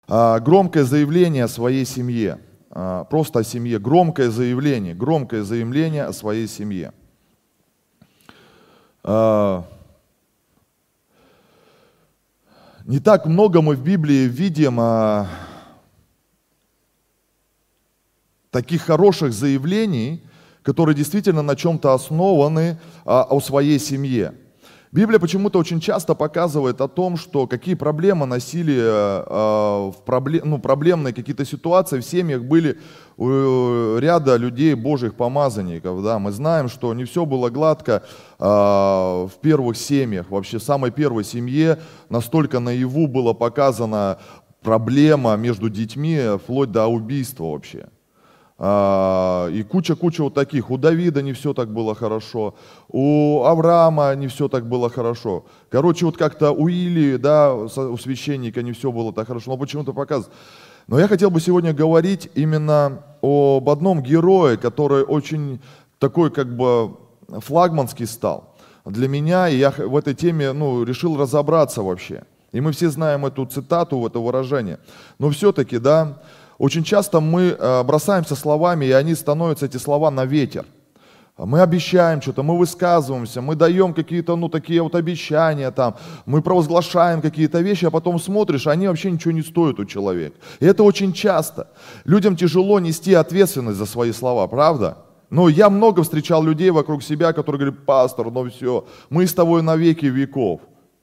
Громкое заявление о своей семье. Просто о семье. Громкое заявление о своей семье. Не так много мы в Библии видим таких хороших заявлений, которые действительно на чем-то основаны о своей семье. Библия почему-то очень часто показывает о том, что какие проблемы носили, проблемные какие-то ситуации в семьях были у ряда людей, Божьих помазанников. Да? Мы знаем, что не все было гладко в первых семьях. Вообще в самой первой семье настолько наяву была показана проблема между детьми, вплоть до убийства вообще. И куча вот таких. У Давида не все так было хорошо, у Авраама не все так было хорошо. Короче, вот как-то у Илии, да, у священника не все было так хорошо, но почему-то показывает. Но я хотел бы сегодня говорить именно об одном герое, который очень такой как бы флагманский стал для меня, и я в этой теме решил разобраться вообще. И мы все знаем эту цитату, это выражение. Но все-таки, да, очень часто мы бросаемся словами, и они становятся, эти слова, на ветер. Мы обещаем что-то, мы высказываемся, мы даем какие-то, такие вот обещания, мы провозглашаем какие-то вещи, а потом смотришь, они вообще ничего не стоят у человека. И это очень часто. Людям тяжело нести ответственность за свои слова, правда? Я много встречал людей вокруг себя, которые говорят: пастор, все, мы с тобой на веки веков.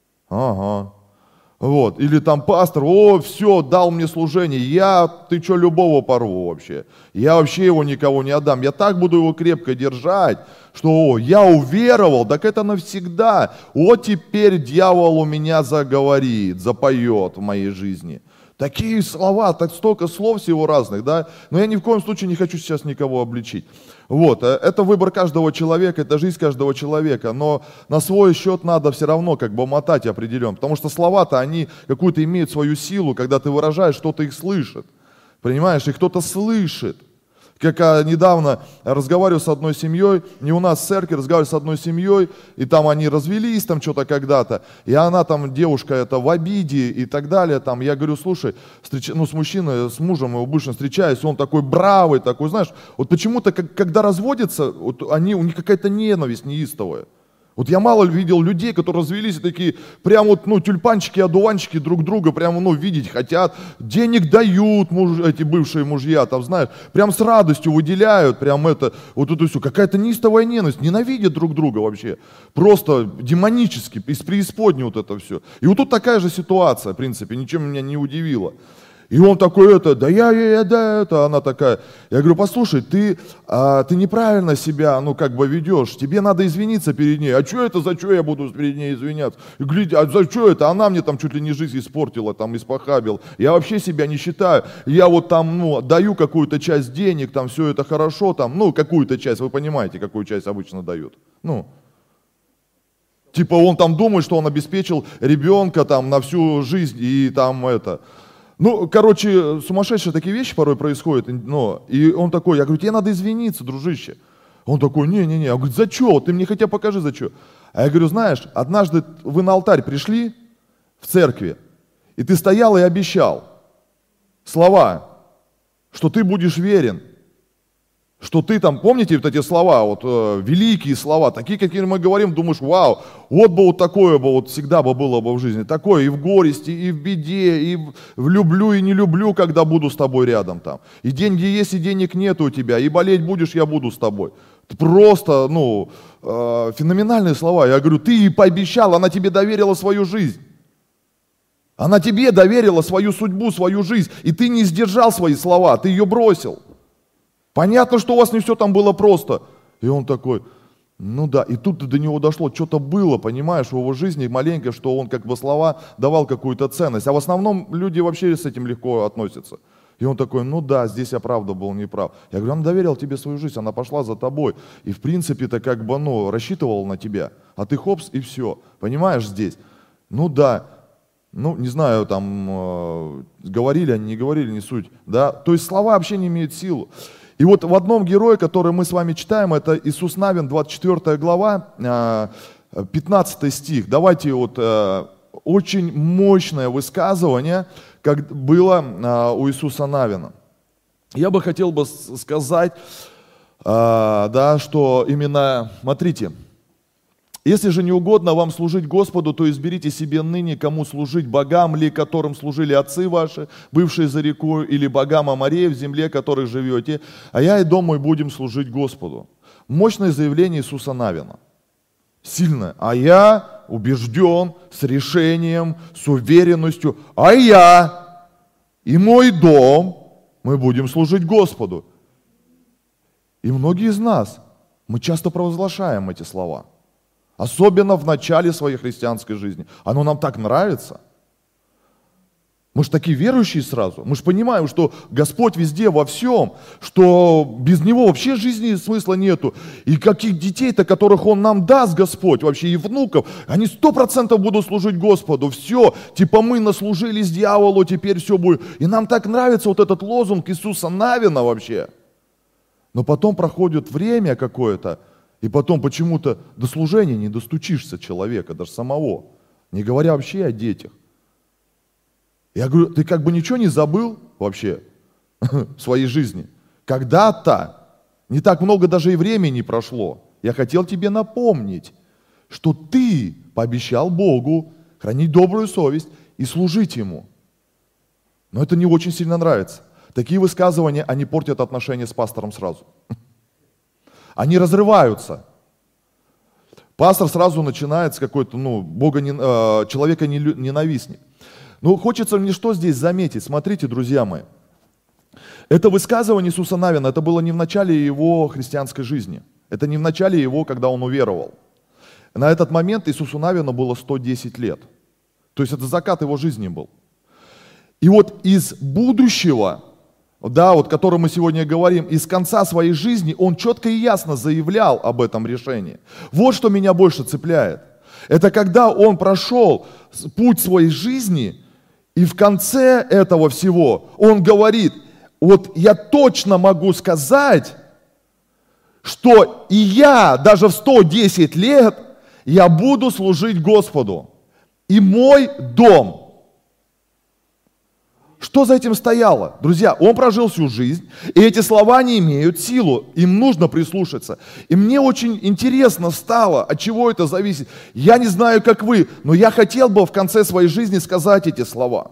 Ага. Вот. Или пастор: все, дал мне служение, ты что, любого порву вообще, я вообще его никого не отдам, я так буду его крепко держать, что я уверовал, так это навсегда, теперь дьявол у меня заговорит, запоет в моей жизни. Такие слова, так столько слов всего разных, да, но я ни в коем случае не хочу сейчас никого обличить. Вот, это выбор каждого человека, это жизнь каждого человека, но на свой счет надо все равно мотать определенно, потому что слова-то, они какую-то имеют свою силу, когда ты выражаешь, кто-то их слышит, понимаешь, и кто-то слышит. Как недавно разговаривал с одной семьей, не у нас в церкви, разговаривал с одной семьей, и они развелись что-то когда-то, и она девушка в обиде и так далее, я говорю: слушай, с мужчиной, с мужем его бывшим встречаюсь, он такой бравый, такой, знаешь, вот почему-то, когда разводятся, у них какая-то ненависть неистовая. Вот я мало видел людей, которые развелись и такие, прям тюльпанчики, одуванчики друг друга, прям, видеть хотят, денег дают эти бывшие мужья, знаешь, прям с радостью выделяют, прям это все, какая-то неистовая ненависть, ненавидят друг друга вообще, просто демонически, из преисподней это все. И тут такая же ситуация, в принципе, ничем меня не удивило. И он такой, она такая. Я говорю: послушай, ты неправильно себя, ведешь, тебе надо извиниться перед ней. А что это, за что я буду перед ней извиняться? И гляди, а за что это? Она мне чуть ли не жизнь испортила, испохабила. Я вообще себя не считаю. Я даю какую-то часть денег, все это хорошо, какую-то часть, вы понимаете, какую часть обычно дают. Типа он думает, что он обеспечил ребенка на всю жизнь и это... сумасшедшие такие вещи порой происходят, и он такой, я говорю: тебе надо извиниться, дружище. Он такой: не-не-не, он говорит: за что? Ты мне хотя покажи, за что. А я говорю: знаешь, однажды вы на алтарь пришли в церкви, и ты стоял и обещал слова, что ты будешь верен, что ты помните эти слова, великие слова, такие, какие мы говорим, думаешь: вау, такое всегда было бы в жизни, такое и в горести, и в беде, и в люблю, и не люблю, когда буду с тобой рядом и деньги есть, и денег нет у тебя, и болеть будешь, я буду с тобой. Просто, феноменальные слова. Я говорю: ты ей пообещал, она тебе доверила свою жизнь. Она тебе доверила свою судьбу, свою жизнь, и ты не сдержал свои слова, ты ее бросил. Понятно, что у вас не все было просто. И он такой: да, и тут до него дошло, что-то было, понимаешь, в его жизни маленько, что он слова давал какую-то ценность. А в основном люди вообще с этим легко относятся. И он такой: да, здесь я правда был неправ. Я говорю: она доверила тебе свою жизнь, она пошла за тобой. И в принципе-то рассчитывала на тебя. А ты хопс и все. Понимаешь здесь? Да. Не знаю, говорили они, не говорили, не суть. Да? То есть слова вообще не имеют силу. И в одном герое, который мы с вами читаем, это Иисус Навин, 24 глава, 15 стих. Давайте очень мощное высказывание, как было у Иисуса Навина. Я бы хотел сказать, да, что именно, смотрите, если же не угодно вам служить Господу, то изберите себе ныне, кому служить, богам ли, которым служили отцы ваши, бывшие за рекой, или богам Амореев в земле, в которой живете, а я и дом мой будем служить Господу. Мощное заявление Иисуса Навина. Сильное. А я убежден, с решением, с уверенностью, а я и мой дом, мы будем служить Господу. И многие из нас, мы часто провозглашаем эти слова. Особенно в начале своей христианской жизни. Оно нам так нравится. Мы же такие верующие сразу. Мы же понимаем, что Господь везде, во всем, что без Него вообще жизни смысла нету. И каких детей-то, которых Он нам даст, Господь, вообще и внуков, они 100% будут служить Господу. Все, типа мы наслужились дьяволу, теперь все будет. И нам так нравится вот этот лозунг Иисуса Навина вообще. Но потом проходит время какое-то, и потом почему-то до служения не достучишься человека, даже самого, не говоря вообще о детях. Я говорю, ты как бы ничего не забыл вообще в своей жизни? Когда-то, не так много даже и времени прошло, я хотел тебе напомнить, что ты пообещал Богу хранить добрую совесть и служить Ему. Но это не очень сильно нравится. Такие высказывания, они портят отношения с пастором сразу. Они разрываются. Пастор сразу начинает с какой-то, человека-ненавистник. Ну, хочется мне что здесь заметить? Смотрите, друзья мои. Это высказывание Иисуса Навина, это было не в начале его христианской жизни. Это не в начале его, когда он уверовал. На этот момент Иисусу Навину было 110 лет. То есть это закат его жизни был. И вот из будущего, да, вот, о котором мы сегодня говорим, из конца своей жизни он четко и ясно заявлял об этом решении. Вот что меня больше цепляет. Это когда он прошел путь своей жизни, и в конце этого всего он говорит, вот я точно могу сказать, что и я даже в 110 лет я буду служить Господу. И мой дом. Что за этим стояло? Друзья, он прожил всю жизнь, и эти слова не имеют силу, им нужно прислушаться. И мне очень интересно стало, от чего это зависит. Я не знаю, как вы, но я хотел бы в конце своей жизни сказать эти слова.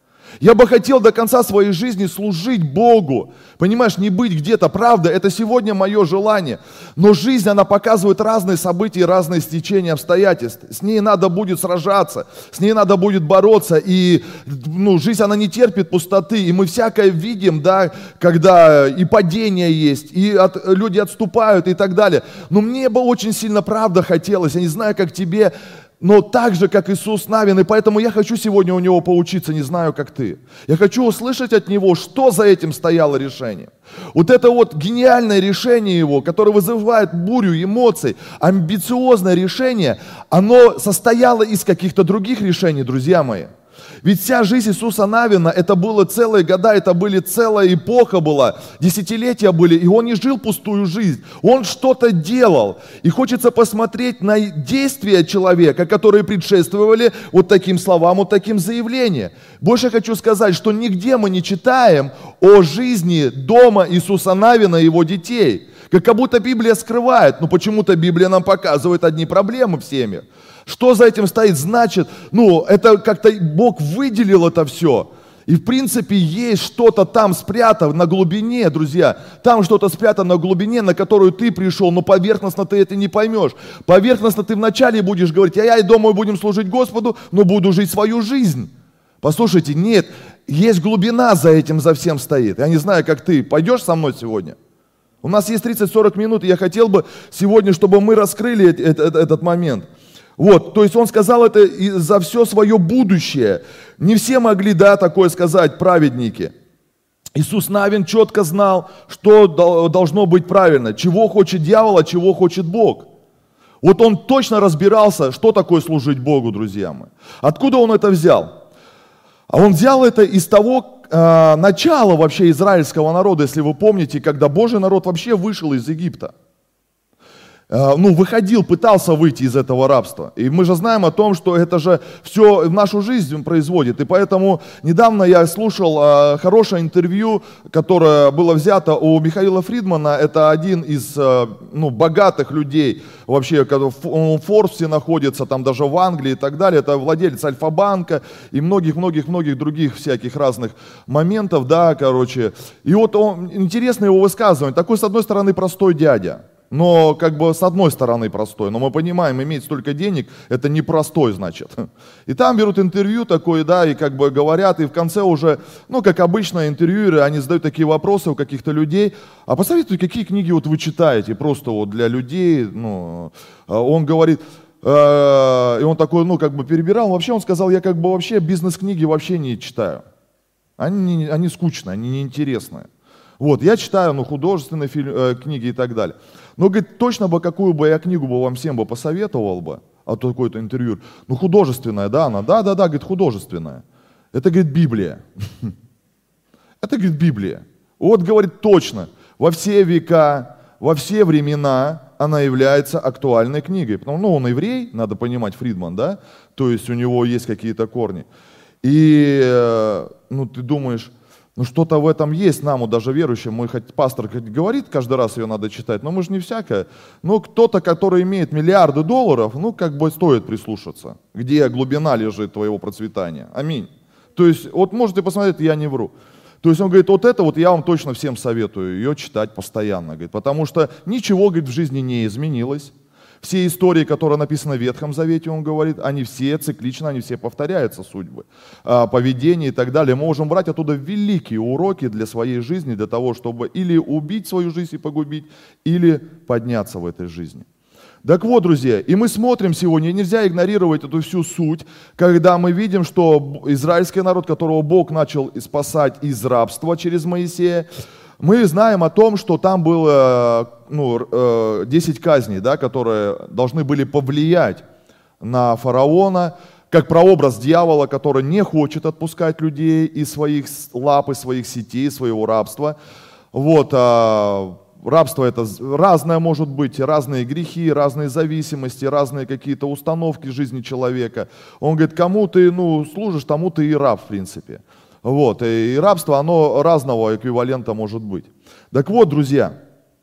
Я бы хотел до конца своей жизни служить Богу. Понимаешь, не быть где-то. Правда, это сегодня мое желание. Но жизнь, она показывает разные события, разные стечения обстоятельств. С ней надо будет сражаться, с ней надо будет бороться. И жизнь, она не терпит пустоты. И мы всякое видим, да, когда и падения есть, и люди отступают и так далее. Но мне бы очень сильно, правда, хотелось, я не знаю, как тебе, но так же, как Иисус Навин, и поэтому я хочу сегодня у него поучиться, не знаю, как ты. Я хочу услышать от него, что за этим стояло решение. Вот это вот гениальное решение его, которое вызывает бурю эмоций, амбициозное решение, оно состояло из каких-то других решений, друзья мои. Ведь вся жизнь Иисуса Навина, это было целые года, это были целая эпоха была, десятилетия были, и он не жил пустую жизнь, он что-то делал. И хочется посмотреть на действия человека, которые предшествовали вот таким словам, вот таким заявлениям. Больше хочу сказать, что нигде мы не читаем о жизни дома Иисуса Навина и его детей. Как будто Библия скрывает, но почему-то Библия нам показывает одни проблемы в семьях. Что за этим стоит? Значит, это как-то Бог выделил это все. И в принципе есть что-то там спрятано на глубине, друзья. Там что-то спрятано на глубине, на которую ты пришел, но поверхностно ты это не поймешь. Поверхностно ты вначале будешь говорить, а я и дома будем служить Господу, но буду жить свою жизнь. Послушайте, нет, есть глубина за этим, за всем стоит. Я не знаю, как ты. Пойдешь со мной сегодня? У нас есть 30-40 минут, и я хотел бы сегодня, чтобы мы раскрыли этот момент. Вот, то есть он сказал это за все свое будущее. Не все могли, такое сказать, праведники. Иисус Навин четко знал, что должно быть правильно, чего хочет дьявол, а чего хочет Бог. Вот он точно разбирался, что такое служить Богу, друзья мои. Откуда он это взял? А он взял это из того начала вообще израильского народа, если вы помните, когда Божий народ вообще вышел из Египта. выходил, пытался выйти из этого рабства. И мы же знаем о том, что это же все в нашу жизнь производит. И поэтому недавно я слушал хорошее интервью, которое было взято у Михаила Фридмана. Это один из богатых людей, вообще, он в Форбсе находится, там даже в Англии и так далее. Это владелец Альфа-банка и многих-многих-многих других всяких разных моментов, да, короче. И вот интересно его высказывание. Такой, с одной стороны, простой дядя. Но как бы с одной стороны простой, но мы понимаем, иметь столько денег, это непростой, значит. И там берут интервью такое, да, и как бы говорят, и в конце уже, как обычно, интервьюеры, они задают такие вопросы у каких-то людей, а посоветуйте, какие книги вот вы читаете, просто вот для людей, он говорит, и он такой, перебирал, вообще он сказал, я вообще бизнес-книги вообще не читаю, они скучные, они неинтересные. Вот, я читаю, художественные книги и так далее. Но, говорит, точно бы, какую бы я книгу бы вам всем бы посоветовал бы, а то какой-то интервью, художественная, да, она, да, говорит, художественная. Это, говорит, Библия. Это, говорит, Библия. Вот, говорит, точно, во все века, во все времена она является актуальной книгой. Потому, он еврей, надо понимать, Фридман, да, то есть у него есть какие-то корни. И, ты думаешь, что-то в этом есть нам, даже верующим, пастор говорит, каждый раз ее надо читать, но мы же не всякое. Кто-то, который имеет миллиарды долларов, стоит прислушаться, где глубина лежит твоего процветания. Аминь. То есть, вот можете посмотреть, я не вру. То есть он говорит, вот это вот я вам точно всем советую, ее читать постоянно, говорит, потому что ничего, говорит, в жизни не изменилось. Все истории, которые написаны в Ветхом Завете, он говорит, они все циклично, они все повторяются, судьбы, поведение и так далее. Мы можем брать оттуда великие уроки для своей жизни, для того, чтобы или убить свою жизнь и погубить, или подняться в этой жизни. Так вот, друзья, и мы смотрим сегодня, нельзя игнорировать эту всю суть, когда мы видим, что израильский народ, которого Бог начал спасать из рабства через Моисея, мы знаем о том, что там было 10 казней, да, которые должны были повлиять на фараона, как прообраз дьявола, который не хочет отпускать людей из своих лап, из своих сетей, своего рабства. Вот, рабство это разное может быть, разные грехи, разные зависимости, разные какие-то установки жизни человека. Он говорит, кому ты служишь, тому ты и раб в принципе. Вот, и рабство, оно разного эквивалента может быть. Так вот, друзья,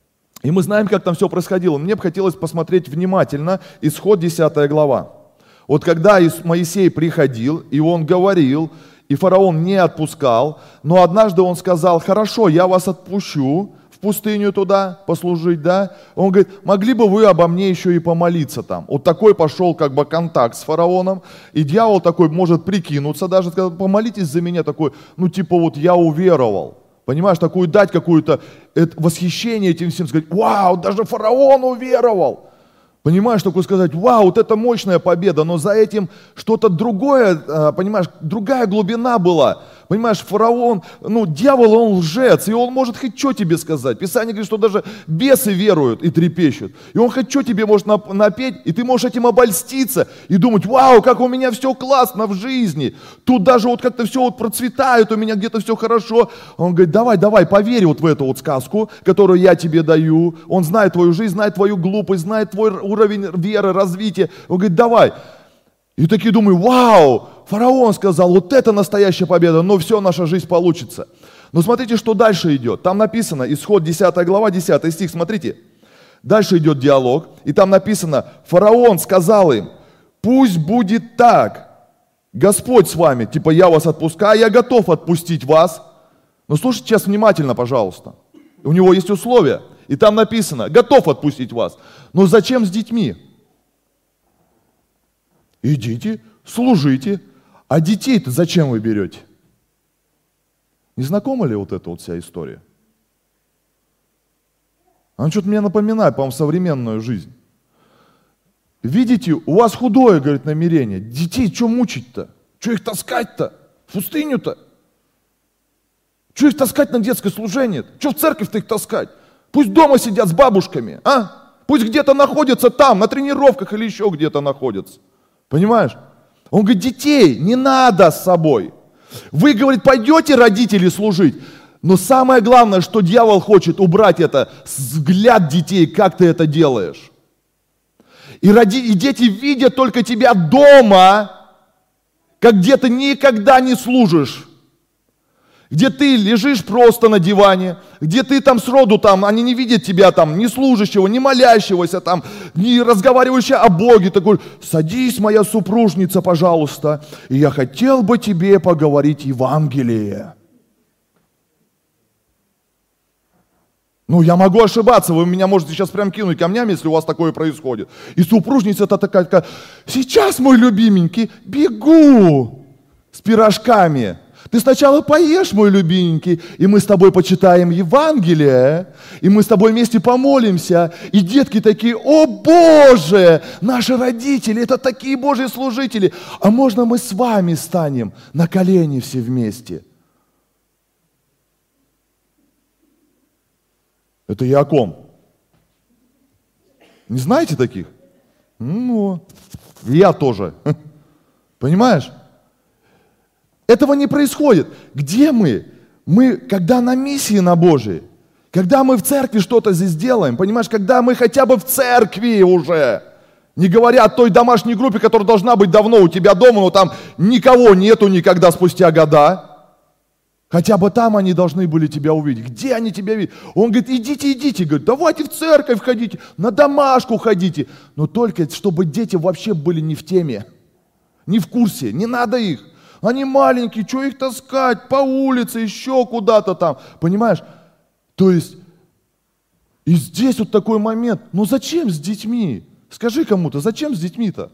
и мы знаем, как там все происходило. Мне бы хотелось посмотреть внимательно Исход 10 глава. Вот когда Моисей приходил, и он говорил, и фараон не отпускал, но однажды он сказал, хорошо, я вас отпущу в пустыню туда послужить, да. Он говорит, могли бы вы обо мне еще и помолиться там. Вот такой пошел контакт с фараоном, и дьявол такой может прикинуться даже, сказать, помолитесь за меня, такой, я уверовал. Понимаешь, такую дать какое-то восхищение этим всем, сказать, вау, даже фараон уверовал. Понимаешь, такое сказать, вау, вот это мощная победа, но за этим что-то другое, понимаешь, другая глубина была. Понимаешь, фараон, дьявол, он лжец, и он может хоть что тебе сказать. Писание говорит, что даже бесы веруют и трепещут. И он хоть что тебе может напеть, и ты можешь этим обольститься и думать, вау, как у меня все классно в жизни. Тут даже вот как-то все вот процветает, у меня где-то все хорошо. Он говорит, давай, поверь вот в эту вот сказку, которую я тебе даю. Он знает твою жизнь, знает твою глупость, знает твой уровень веры, развития. Он говорит, давай. И такие думаю, вау, фараон сказал, вот это настоящая победа, но все, наша жизнь получится. Но смотрите, что дальше идет. Там написано, Исход 10 глава, 10 стих, смотрите. Дальше идет диалог, и там написано, фараон сказал им, пусть будет так, Господь с вами, типа я вас отпускаю, я готов отпустить вас. Но слушайте сейчас внимательно, пожалуйста. У него есть условия, и там написано, готов отпустить вас. Но зачем с детьми? Идите, служите. А детей-то зачем вы берете? Не знакома ли вот эта вот вся история? Она что-то мне напоминает, по-моему, современную жизнь. Видите, у вас худое, говорит, намерение. Детей что мучить-то? Что их таскать-то? В пустыню-то? Что их таскать на детское служение? Что в церковь-то их таскать? Пусть дома сидят с бабушками, а? Пусть где-то находятся там, на тренировках или еще где-то находятся. Понимаешь? Он говорит, детей не надо с собой. Вы, говорит, пойдете, родители, служить. Но самое главное, что дьявол хочет убрать это, взгляд детей, как ты это делаешь. И дети видят только тебя дома, как где ты никогда не служишь. Где ты лежишь просто на диване, где ты там сроду там, они не видят тебя там, не служащего, не молящегося там, не разговаривающего о Боге. Такой: садись, моя супружница, пожалуйста, и я хотел бы тебе поговорить Евангелие. Ну, я могу ошибаться, вы меня можете сейчас прям кинуть камнями, если у вас такое происходит. И супружница-то такая: сейчас, мой любименький, бегу с пирожками. Ты сначала поешь, мой любименький, и мы с тобой почитаем Евангелие, и мы с тобой вместе помолимся. И детки такие: о Боже, наши родители, это такие Божьи служители. А можно мы с вами станем на колени все вместе? Это я о ком? Не знаете таких? Ну, я тоже. Понимаешь? Этого не происходит. Где мы? Мы, когда на миссии на Божьей, когда мы в церкви что-то здесь делаем, понимаешь, когда мы хотя бы в церкви уже, не говоря о той домашней группе, которая должна быть давно у тебя дома, но там никого нету никогда спустя года, хотя бы там они должны были тебя увидеть. Где они тебя видят? Он говорит: идите, говорит, давайте в церковь ходите, на домашку ходите, но только чтобы дети вообще были не в теме, не в курсе, не надо их. Они маленькие, что их таскать по улице, еще куда-то там, понимаешь? То есть, и здесь вот такой момент: ну зачем с детьми? Скажи кому-то, зачем с детьми-то?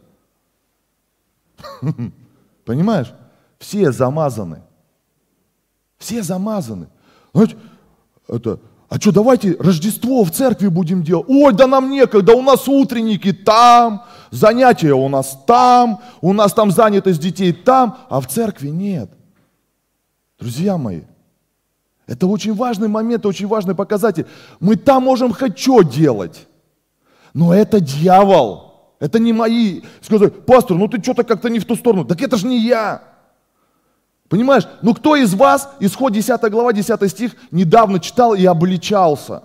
Понимаешь? Все замазаны. Все замазаны. Знаете, а что, давайте Рождество в церкви будем делать. Ой, да нам некогда, у нас утренники там, занятия у нас там занятость детей там, а в церкви нет. Друзья мои, это очень важный момент, очень важный показатель. Мы там можем хоть что делать, но это дьявол, это не мои. Сказать: пастор, ну ты что-то как-то не в ту сторону. Так это же не я. Понимаешь? Ну кто из вас, Исход 10 глава, 10 стих, недавно читал и обличался?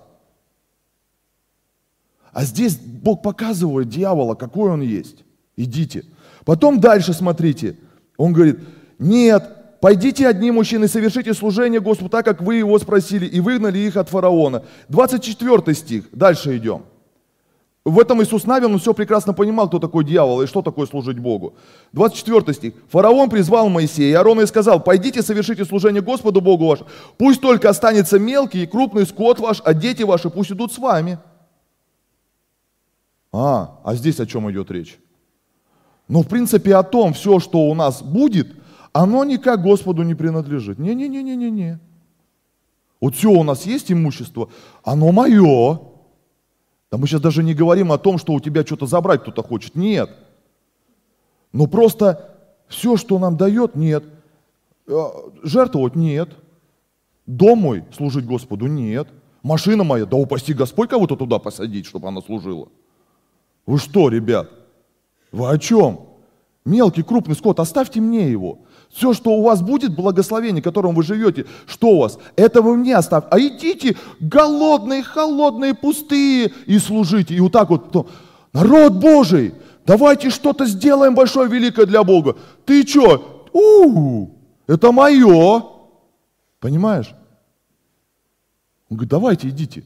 А здесь Бог показывает дьявола, какой он есть. Идите. Потом дальше смотрите. Он говорит: нет, пойдите одни мужчины, совершите служение Господу так, как вы его спросили, и выгнали их от фараона. 24 стих. Дальше идем. В этом Иисус Навин, он все прекрасно понимал, кто такой дьявол и что такое служить Богу. 24 стих. Фараон призвал Моисея и Аарона и сказал: пойдите, совершите служение Господу Богу вашему. Пусть только останется мелкий и крупный скот ваш, а дети ваши пусть идут с вами. А здесь о чем идет речь? Ну, в принципе, о том, все, что у нас будет, оно никак Господу не принадлежит. Не-не-не-не-не. Вот все у нас есть имущество, оно мое. Да мы сейчас даже не говорим о том, что у тебя что-то забрать кто-то хочет. Нет. Но просто все, что нам дает, нет. Жертвовать нет. Дом мой служить Господу нет. Машина моя, да упаси Господь кого-то туда посадить, чтобы она служила. Вы что, ребят? Вы о чем? Мелкий, крупный скот, оставьте мне его. Все, что у вас будет, благословение, которым вы живете, что у вас? Это вы мне оставьте. А идите голодные, холодные, пустые и служите. И вот так вот, народ Божий, давайте что-то сделаем большое, великое для Бога. Ты что? Это мое. Понимаешь? Он говорит: давайте, идите.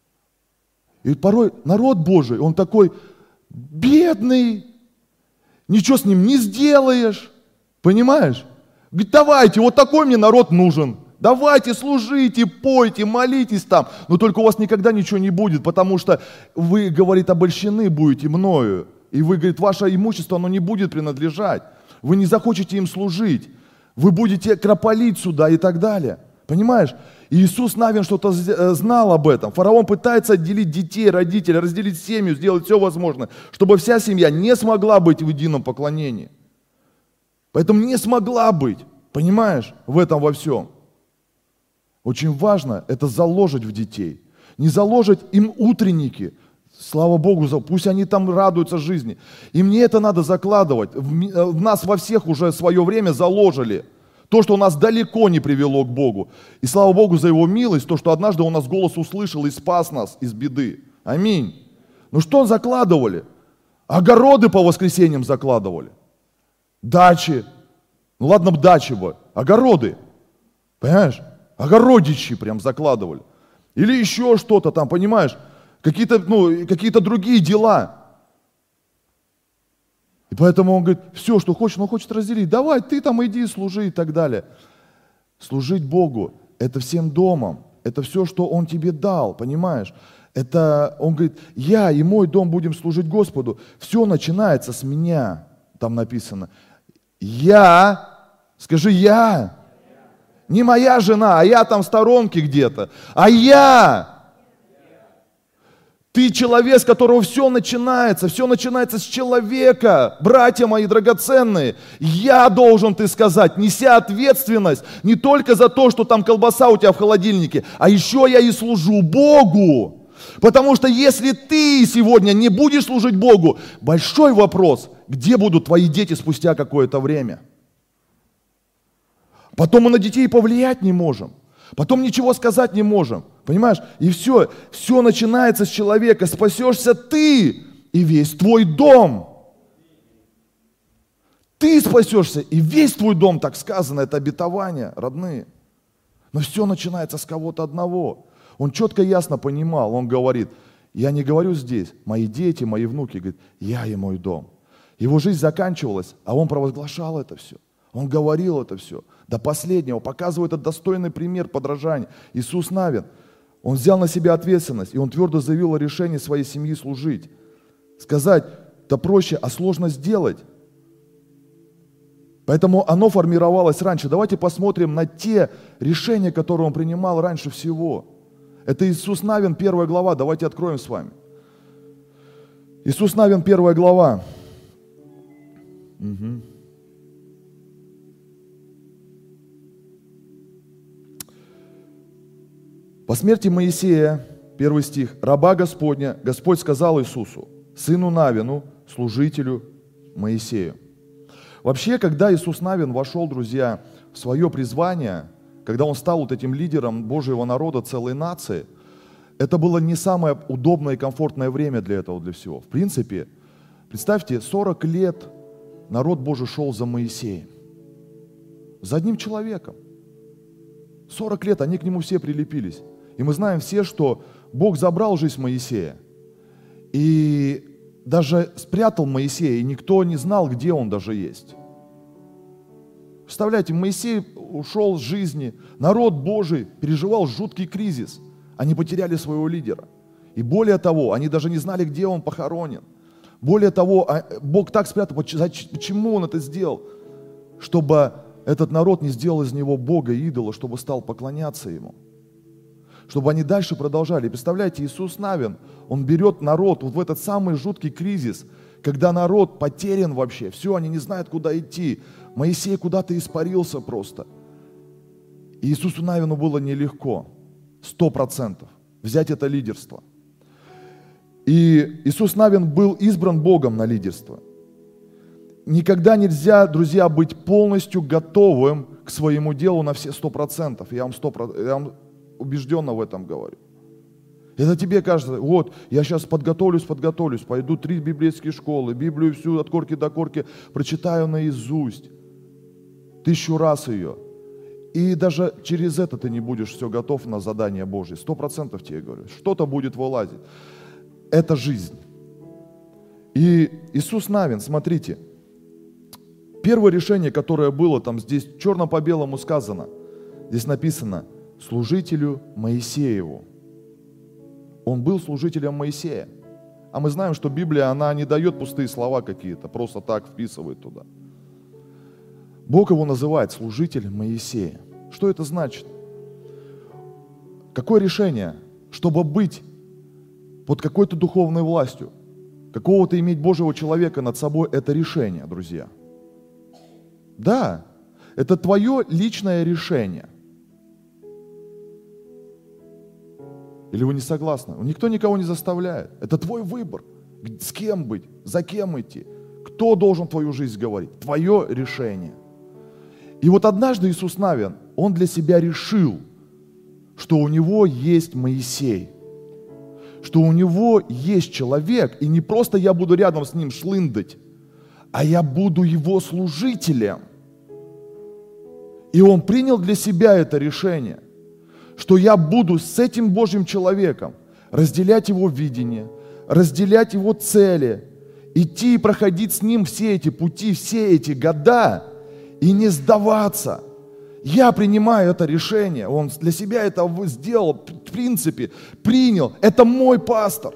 И порой народ Божий, он такой бедный, ничего с ним не сделаешь. Понимаешь? Говорит: давайте, вот такой мне народ нужен. Давайте, служите, пойте, молитесь там. Но только у вас никогда ничего не будет, потому что вы, говорит, обольщены будете мною. И вы, говорит, ваше имущество, оно не будет принадлежать. Вы не захотите им служить. Вы будете кропалить сюда и так далее. Понимаешь? И Иисус Навин что-то знал об этом. Фараон пытается отделить детей, родителей, разделить семью, сделать все возможное, чтобы вся семья не смогла быть в едином поклонении. Поэтому не смогла быть, понимаешь, в этом во всем. Очень важно это заложить в детей. Не заложить им утренники. Слава Богу, пусть они там радуются жизни. И мне это надо закладывать. В нас во всех уже свое время заложили. То, что нас далеко не привело к Богу. И слава Богу за Его милость, то, что однажды Он нас голос услышал и спас нас из беды. Аминь. Ну что закладывали? Огороды по воскресеньям закладывали. Дачи. Ну ладно, дачи бы. Огороды. Понимаешь? Огородичи прям закладывали. Или еще что-то там, понимаешь? Какие-то другие дела. И поэтому он говорит, все, что хочет, он хочет разделить. Давай, ты там иди, служи и так далее. Служить Богу – это всем домом. Это все, что Он тебе дал, понимаешь? Это, он говорит, я и мой дом будем служить Господу. Все начинается с меня, там написано. Я, скажи я. Не моя жена, а я там в сторонке где-то. А я. Ты человек, с которого все начинается с человека. Братья мои драгоценные, я должен, ты сказать, неся ответственность не только за то, что там колбаса у тебя в холодильнике, а еще я и служу Богу. Потому что если ты сегодня не будешь служить Богу, большой вопрос, где будут твои дети спустя какое-то время? Потом мы на детей повлиять не можем. Потом ничего сказать не можем. Понимаешь? И все начинается с человека. Спасешься ты и весь твой дом. Ты спасешься и весь твой дом, так сказано, это обетование, родные. Но все начинается с кого-то одного. Он четко и ясно понимал, он говорит, я не говорю здесь, мои дети, мои внуки, говорит, я и мой дом. Его жизнь заканчивалась, а он провозглашал это все. Он говорил это все до последнего, показывает этот достойный пример подражания. Иисус Навин, он взял на себя ответственность, и он твердо заявил о решении своей семьи служить. Сказать-то проще, а сложно сделать. Поэтому оно формировалось раньше. Давайте посмотрим на те решения, которые он принимал раньше всего. Это Иисус Навин, 1 глава. Давайте откроем с вами. Иисус Навин, 1 глава. Угу. По смерти Моисея, 1 стих, раба Господня, Господь сказал Иисусу, сыну Навину, служителю Моисею. Вообще, когда Иисус Навин вошел, друзья, в свое призвание, когда он стал вот этим лидером Божьего народа, целой нации, это было не самое удобное и комфортное время для этого, для всего. В принципе, представьте, 40 лет народ Божий шел за Моисеем, за одним человеком. 40 лет они к нему все прилепились. И мы знаем все, что Бог забрал жизнь Моисея. И даже спрятал Моисея, и никто не знал, где он даже есть. Представляете, Моисей ушел с жизни, народ Божий переживал жуткий кризис. Они потеряли своего лидера. И более того, они даже не знали, где он похоронен. Более того, Бог так спрятал, почему он это сделал? Чтобы этот народ не сделал из него Бога, идола, чтобы стал поклоняться ему. Чтобы они дальше продолжали. Представляете, Иисус Навин, он берет народ вот в этот самый жуткий кризис, когда народ потерян вообще, все, они не знают, куда идти. Моисей куда-то испарился просто. И Иисусу Навину было нелегко, 100%, взять это лидерство. И Иисус Навин был избран Богом на лидерство. Никогда нельзя, друзья, быть полностью готовым к своему делу на все 100%. Я вам убежденно в этом говорю. Это тебе кажется, вот, я сейчас подготовлюсь, пойду 3 библейские школы, Библию всю от корки до корки прочитаю наизусть, 1000 раз ее. И даже через это ты не будешь все готов на задание Божье. 100% тебе говорю. Что-то будет вылазить. Это жизнь. И Иисус Навин, смотрите, первое решение, которое было там здесь черно по белому сказано, здесь написано, служителю Моисееву. Он был служителем Моисея. А мы знаем, что Библия, она не дает пустые слова какие-то, просто так вписывает туда. Бог его называет служителем Моисея. Что это значит? Какое решение? Чтобы быть под какой-то духовной властью, какого-то иметь Божьего человека над собой, это решение, друзья. Да, это твое личное решение. Или вы не согласны? Никто никого не заставляет. Это твой выбор. С кем быть, за кем идти. Кто должен твою жизнь говорить? Твое решение. И вот однажды Иисус Навин, он для себя решил, что у него есть Моисей. что у него есть человек, и не просто я буду рядом с ним шлындать, а я буду его служителем. И он принял для себя это решение, что я буду с этим Божьим человеком разделять его видение, разделять его цели, идти и проходить с ним все эти пути, все эти года и не сдаваться. Я принимаю это решение, он для себя это сделал, в принципе, принял. Это мой пастор.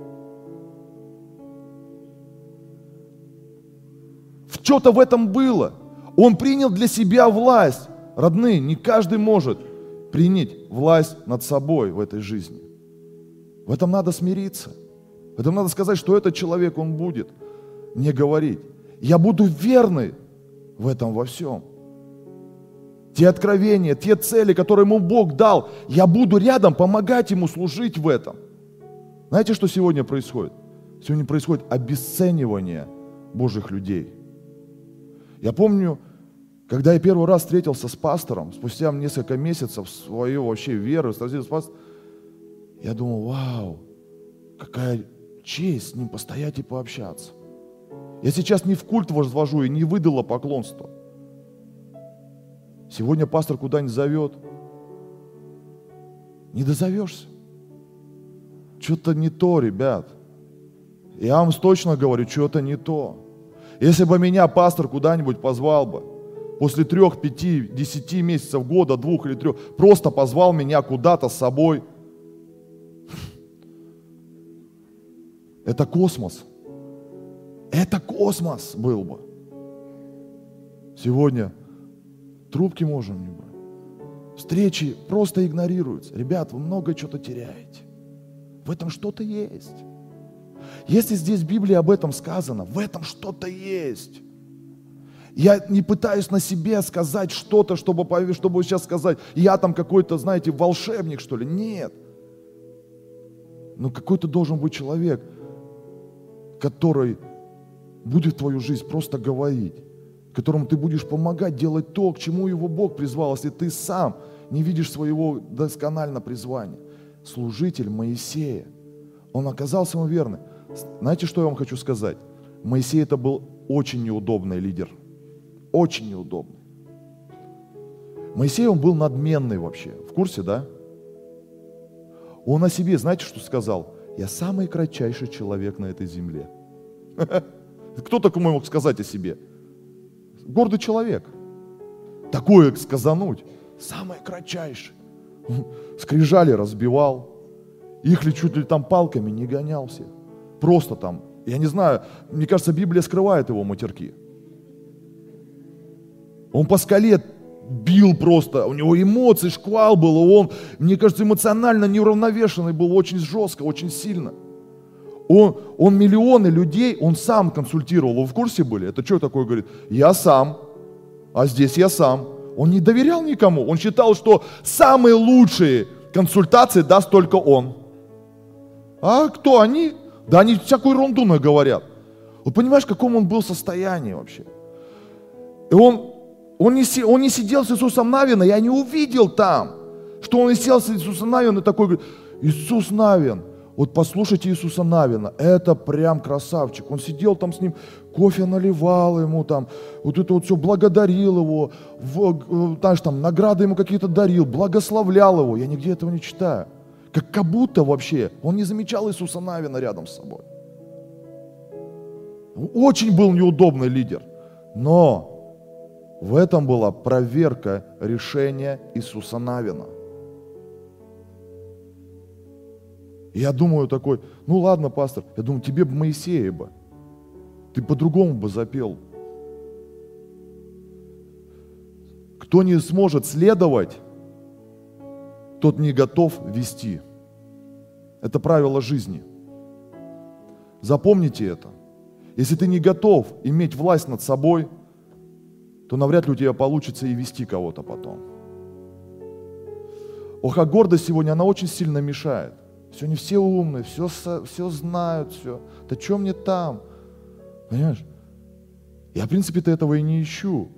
Что-то в этом было. Он принял для себя власть. Родные, не каждый может принять власть над собой в этой жизни. В этом надо смириться. В этом надо сказать, что этот человек, он будет мне говорить. Я буду верный в этом во всем. Те откровения, те цели, которые ему Бог дал, я буду рядом помогать ему служить в этом. Знаете, что сегодня происходит? Сегодня происходит обесценивание Божьих людей. Я помню, когда я первый раз встретился с пастором, спустя несколько месяцев свою вообще веру, с пастором, я думал, вау, какая честь с ним постоять и пообщаться. Я сейчас не в культ возвожу и не в идолопоклонство. Сегодня пастор куда-нибудь зовет, не дозовешься. Что-то не то, ребят. Я вам точно говорю, что-то не то. Если бы меня пастор куда-нибудь позвал бы, после 3, 5, 10 месяцев, года, 2 или 3, просто позвал меня куда-то с собой, это космос. Это космос был бы. Сегодня трубки можем не брать. Встречи просто игнорируются. Ребят, вы много чего-то теряете. В этом что-то есть. Если здесь в Библии об этом сказано, в этом что-то есть. Я не пытаюсь на себе сказать что-то, чтобы сейчас сказать, я там какой-то, знаете, волшебник, что ли. Нет. Но какой-то должен быть человек, который будет в твою жизнь просто говорить, которому ты будешь помогать делать то, к чему его Бог призвал, если ты сам не видишь своего досконального призвания. Служитель Моисея, он оказался ему верным. Знаете, что я вам хочу сказать? Моисей это был очень неудобный лидер. Очень неудобный. Моисей, он был надменный вообще. В курсе, да? Он о себе, знаете, что сказал? Я самый кратчайший человек на этой земле. Кто такому мог сказать о себе? Гордый человек. Такое сказануть. Самый кратчайший. Скрижали разбивал. Их ли чуть ли там палками не гонял всех. Просто там, я не знаю, мне кажется, Библия скрывает его матерки. Он по скале бил просто, у него эмоций, шквал был, он, мне кажется, эмоционально неуравновешенный был, очень жестко, очень сильно. Он миллионы людей, он сам консультировал. Вы в курсе были? Это что такое говорит? Я сам, а здесь я сам. Он не доверял никому. Он считал, что самые лучшие консультации даст только он. А кто они? Да они всякую ерунду наговорят. Вот понимаешь, в каком он был состоянии вообще? И он не сидел с Иисусом Навина, я не увидел там, что он сел с Иисусом Навина и такой говорит, Иисус Навин, вот послушайте Иисуса Навина, это прям красавчик. Он сидел там с ним, кофе наливал ему там, вот это вот все, благодарил его, знаешь, там награды ему какие-то дарил, благословлял его. Я нигде этого не читаю. Как будто вообще он не замечал Иисуса Навина рядом с собой. Очень был неудобный лидер. Но в этом была проверка решения Иисуса Навина. И я думаю такой, ну ладно, пастор, я думаю, тебе бы Моисея бы, ты по-другому бы запел. Кто не сможет следовать, тот не готов вести. Это правило жизни. Запомните это. Если ты не готов иметь власть над собой, то навряд ли у тебя получится и вести кого-то потом. Ох, а гордость сегодня, она очень сильно мешает. Сегодня все умные, все знают, все. Да что мне там? Понимаешь? Я, в принципе-то, этого и не ищу.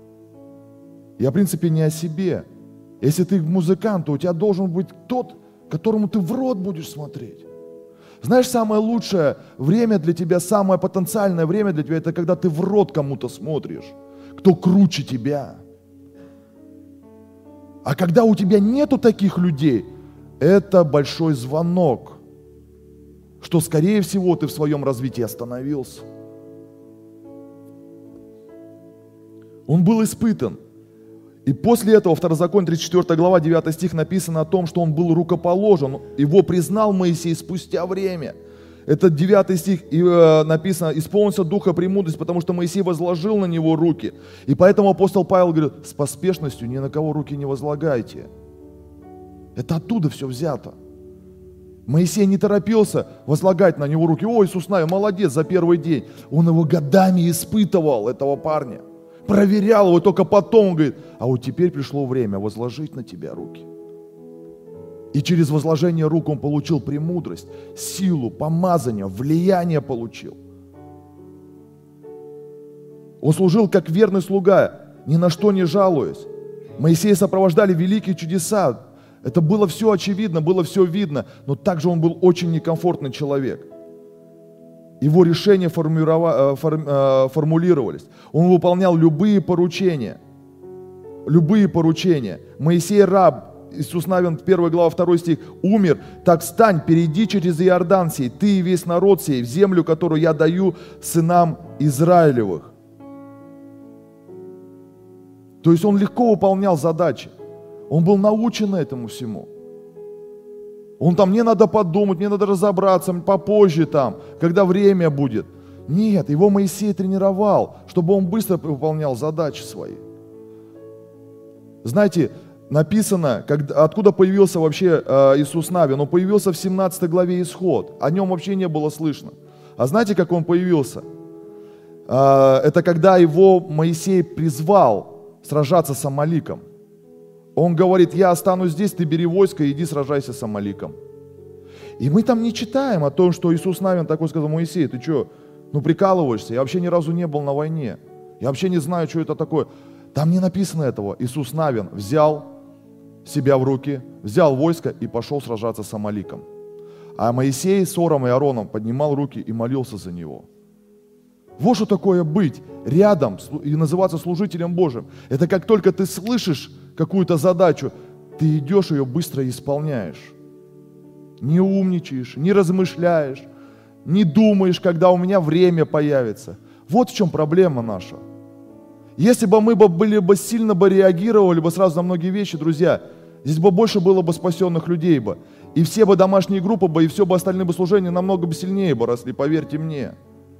Я, в принципе, не о себе. Если ты музыкант, то у тебя должен быть тот, которому ты в рот будешь смотреть. Знаешь, самое лучшее время для тебя, самое потенциальное время для тебя, это когда ты в рот кому-то смотришь, кто круче тебя. А когда у тебя нету таких людей, это большой звонок, что, скорее всего, ты в своем развитии остановился. Он был испытан. И после этого, Второзаконие 34 глава, 9 стих, написано о том, что он был рукоположен. Его признал Моисей спустя время. Это 9 стих, и написано: «Исполнился духа премудрости, потому что Моисей возложил на него руки». И поэтому апостол Павел говорит: с поспешностью ни на кого руки не возлагайте. Это оттуда все взято. Моисей не торопился возлагать на него руки. О, Иисус Навин, молодец, за первый день. Он его годами испытывал, этого парня. Проверял его, только потом он говорит: а вот теперь пришло время возложить на тебя руки. И через возложение рук он получил премудрость, силу, помазание, влияние получил. Он служил как верный слуга, ни на что не жалуясь. Моисея сопровождали великие чудеса. Это было все очевидно, было все видно, но также он был очень некомфортный человек. Его решения формулировались. Он выполнял любые поручения. Любые поручения. Моисей раб, Иисус Навин, 1 глава, 2 стих, умер. Так встань, перейди через Иордан сей, ты и весь народ сей, в землю, которую я даю сынам Израилевых. То есть он легко выполнял задачи. Он был научен этому всему. Он там: мне надо подумать, мне надо разобраться, попозже там, когда время будет. Нет, его Моисей тренировал, чтобы он быстро выполнял задачи свои. Знаете, написано, откуда появился вообще Иисус Навин. Он появился в 17 главе Исход. О нем вообще не было слышно. А знаете, как он появился? Это когда его Моисей призвал сражаться с Амаликом. Он говорит: я останусь здесь, ты бери войско и иди сражайся с Амаликом. И мы там не читаем о том, что Иисус Навин такой сказал: Моисей, ты что, прикалываешься? Я вообще ни разу не был на войне. Я вообще не знаю, что это такое. Там не написано этого. Иисус Навин взял себя в руки, взял войско и пошел сражаться с Амаликом. А Моисей с Ором и Аароном поднимал руки и молился за него. Вот что такое быть рядом и называться служителем Божьим. Это как только ты слышишь какую-то задачу, ты идешь ее быстро исполняешь. Не умничаешь, не размышляешь, не думаешь, когда у меня время появится. Вот в чем проблема наша. Если бы мы сильно реагировали бы сразу на многие вещи, друзья, здесь бы больше было бы спасенных людей бы. И все бы домашние группы бы, и все бы остальные бы служения намного бы сильнее бы росли, поверьте мне.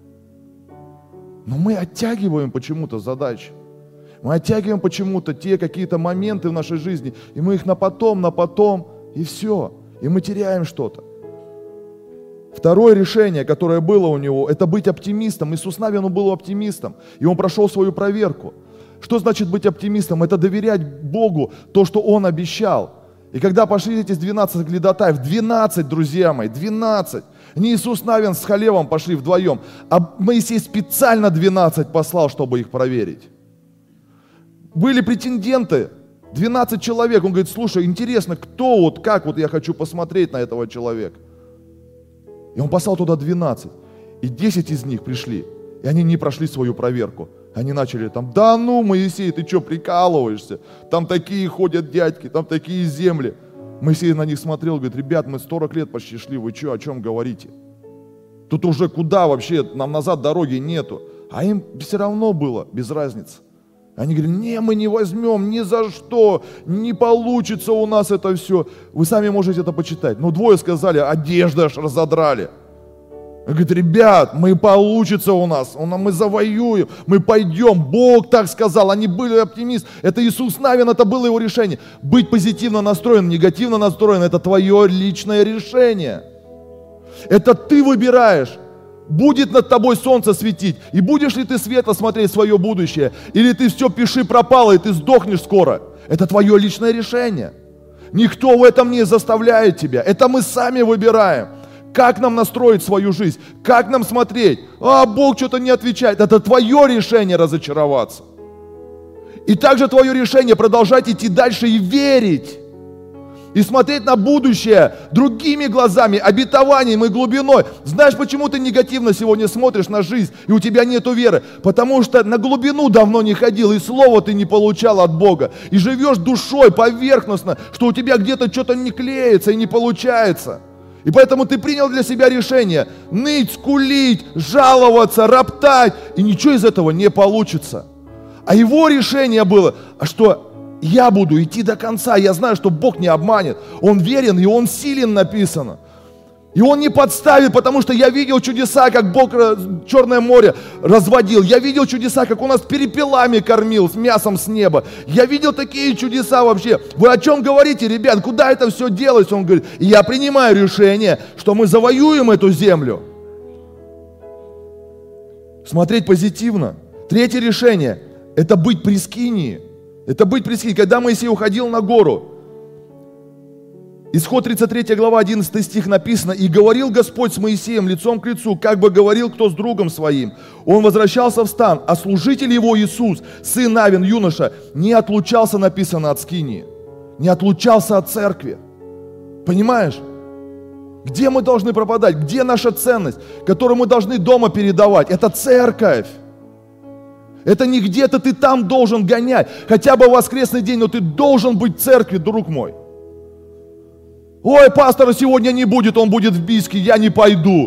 Но мы оттягиваем почему-то задачи. Мы оттягиваем почему-то те какие-то моменты в нашей жизни, и мы их на потом, и все. И мы теряем что-то. Второе решение, которое было у него, это быть оптимистом. Иисус Навин был оптимистом, и он прошел свою проверку. Что значит быть оптимистом? Это доверять Богу то, что Он обещал. И когда пошли эти 12 глидатаев, 12, друзья мои, 12, не Иисус Навин с Халевом пошли вдвоем, а Моисей специально 12 послал, чтобы их проверить. Были претенденты, 12 человек. Он говорит: слушай, интересно, кто как я хочу посмотреть на этого человека. И он послал туда 12. И 10 из них пришли. И они не прошли свою проверку. Они начали да Моисей, ты что, прикалываешься? Там такие ходят дядьки, там такие земли. Моисей на них смотрел, говорит: ребят, мы 40 лет почти шли, вы что, о чем говорите? Тут уже куда вообще, нам назад дороги нету. А им все равно было, без разницы. Они говорят: не, мы не возьмем, ни за что, не получится у нас это все. Вы сами можете это почитать. Но двое сказали: одежды аж разодрали. Он говорит: ребят, получится у нас, мы завоюем, мы пойдем, Бог так сказал. Они были оптимисты. Это Иисус Навин, это было его решение. Быть позитивно настроен, негативно настроен, это твое личное решение. Это ты выбираешь. Будет над тобой солнце светить, и будешь ли ты светло смотреть в свое будущее, или ты все пиши пропало, и ты сдохнешь скоро. Это твое личное решение. Никто в этом не заставляет тебя. Это мы сами выбираем. Как нам настроить свою жизнь? Как нам смотреть? Бог что-то не отвечает. Это твое решение разочароваться. И также твое решение продолжать идти дальше и верить. И смотреть на будущее другими глазами, обетованием и глубиной. Знаешь, почему ты негативно сегодня смотришь на жизнь, и у тебя нету веры? Потому что на глубину давно не ходил, и слова ты не получал от Бога. И живешь душой поверхностно, что у тебя где-то что-то не клеится и не получается. И поэтому ты принял для себя решение ныть, скулить, жаловаться, роптать, и ничего из этого не получится. А его решение было, что я буду идти до конца, я знаю, что Бог не обманет. Он верен и Он силен, написано. И Он не подставит, потому что я видел чудеса, как Бог Черное море разводил. Я видел чудеса, как Он нас перепелами кормил, с мясом с неба. Я видел такие чудеса вообще. Вы о чем говорите, ребят? Куда это все делось? Он говорит, и я принимаю решение, что мы завоюем эту землю. Смотреть позитивно. Третье решение – это быть при скинии. Это быть при скинии. Когда Моисей уходил на гору, Исход 33 глава 11 стих написано: «И говорил Господь с Моисеем лицом к лицу, как бы говорил кто с другом своим. Он возвращался в стан, а служитель его Иисус, сын Навин, юноша, не отлучался, написано, от скинии, не отлучался от церкви». Понимаешь? Где мы должны пропадать? Где наша ценность, которую мы должны дома передавать? Это церковь. Это не где-то ты там должен гонять, хотя бы в воскресный день, но ты должен быть в церкви, друг мой. Ой, пастора сегодня не будет, он будет в Бийске, я не пойду.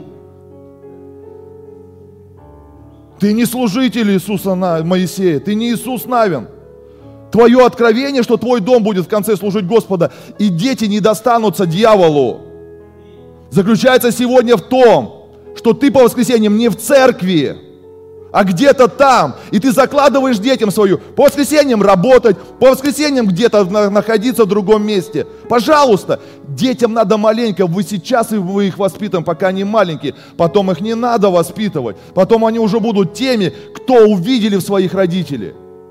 Ты не служитель Иисуса Моисея, ты не Иисус Навин. Твое откровение, что твой дом будет в конце служить Господа, и дети не достанутся дьяволу, заключается сегодня в том, что ты по воскресеньям не в церкви, а где-то там, и ты закладываешь детям свою по воскресеньям работать, по воскресеньям где-то находиться в другом месте. Пожалуйста, детям надо маленько, вы сейчас вы их воспитываем, пока они маленькие, потом их не надо воспитывать, потом они уже будут теми, кто увидели в своих родителей.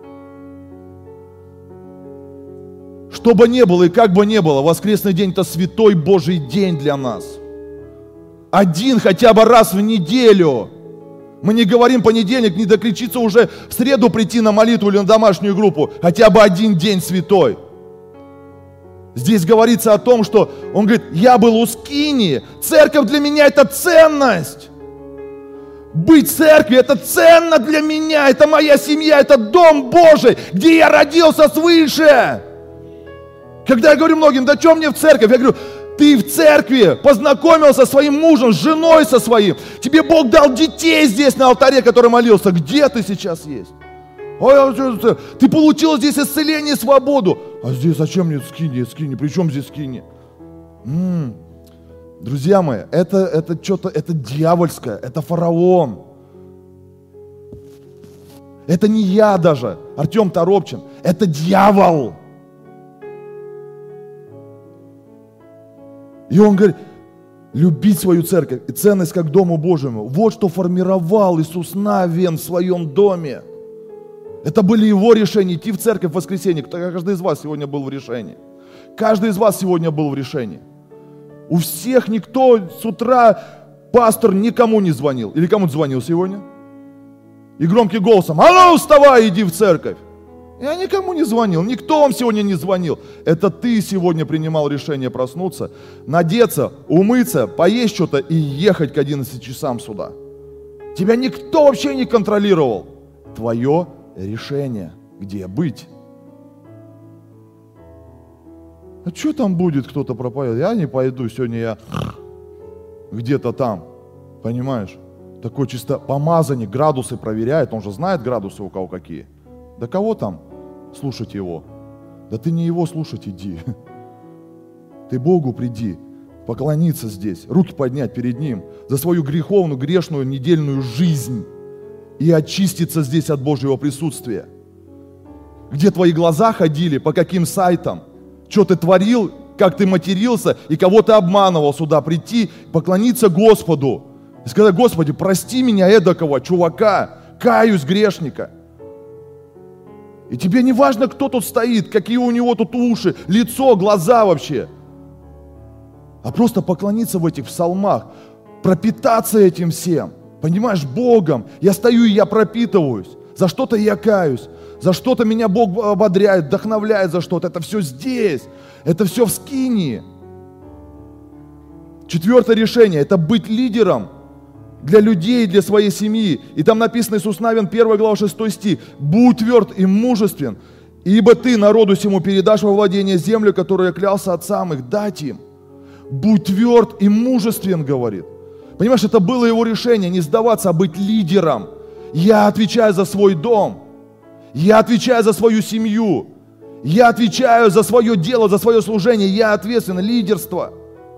Что бы ни было и как бы ни было, воскресный день – это святой Божий день для нас. Один хотя бы раз в неделю. Мы не говорим понедельник, не докричиться уже в среду прийти на молитву или на домашнюю группу. Хотя бы один день святой. Здесь говорится о том, что он говорит, я был у скинии. Церковь для меня это ценность. Быть в церкви это ценно для меня. Это моя семья, это дом Божий, где я родился свыше. Когда я говорю многим, да что мне в церковь? Я говорю, ты в церкви познакомился со своим мужем, с женой со своим. Тебе Бог дал детей здесь на алтаре, который молился. Где ты сейчас есть? Ой, ты получил здесь исцеление и свободу. А здесь зачем мне скини? При чем здесь скини? Друзья мои, это что-то, это дьявольское, это фараон. Это не я даже, Артем Торопчин, это дьявол. И он говорит, любить свою церковь и ценность как Дому Божьему. Вот что формировал Иисус Навин в своем доме. Это были его решения, идти в церковь в воскресенье. Каждый из вас сегодня был в решении. Каждый из вас сегодня был в решении. У всех никто с утра, пастор никому не звонил. Или кому-то звонил сегодня? И громким голосом, а ну вставай, иди в церковь. Я никому не звонил, никто вам сегодня не звонил. Это ты сегодня принимал решение проснуться, надеться, умыться, поесть что-то и ехать к 11 часам сюда. Тебя никто вообще не контролировал. Твое решение, где быть. А что там будет, кто-то проповедует? Я не пойду, сегодня я где-то там, понимаешь? Такой чисто помазанник, градусы проверяет, он же знает градусы у кого какие. Да кого там слушать его? Да ты не его слушать иди. Ты Богу приди, поклониться здесь, руки поднять перед Ним за свою греховную, грешную, недельную жизнь и очиститься здесь от Божьего присутствия. Где твои глаза ходили, по каким сайтам, что ты творил, как ты матерился и кого ты обманывал сюда прийти, поклониться Господу и сказать, Господи, прости меня эдакого чувака, каюсь грешника. И тебе не важно, кто тут стоит, какие у него тут уши, лицо, глаза вообще. А просто поклониться в этих псалмах, пропитаться этим всем. Понимаешь, Богом. Я стою и я пропитываюсь. За что-то я каюсь. За что-то меня Бог ободряет, вдохновляет за что-то. Это все здесь. Это все в скинии. 4-е решение – это быть лидером для людей, для своей семьи. И там написано, Иисус Навин, 1 глава, 6 стих. «Будь тверд и мужествен, ибо ты народу сему передашь во владение землю, которую я клялся отцам их дать им». Будь тверд и мужествен, говорит. Понимаешь, это было его решение, не сдаваться, а быть лидером. Я отвечаю за свой дом. Я отвечаю за свою семью. Я отвечаю за свое дело, за свое служение. Я ответственен, лидерство.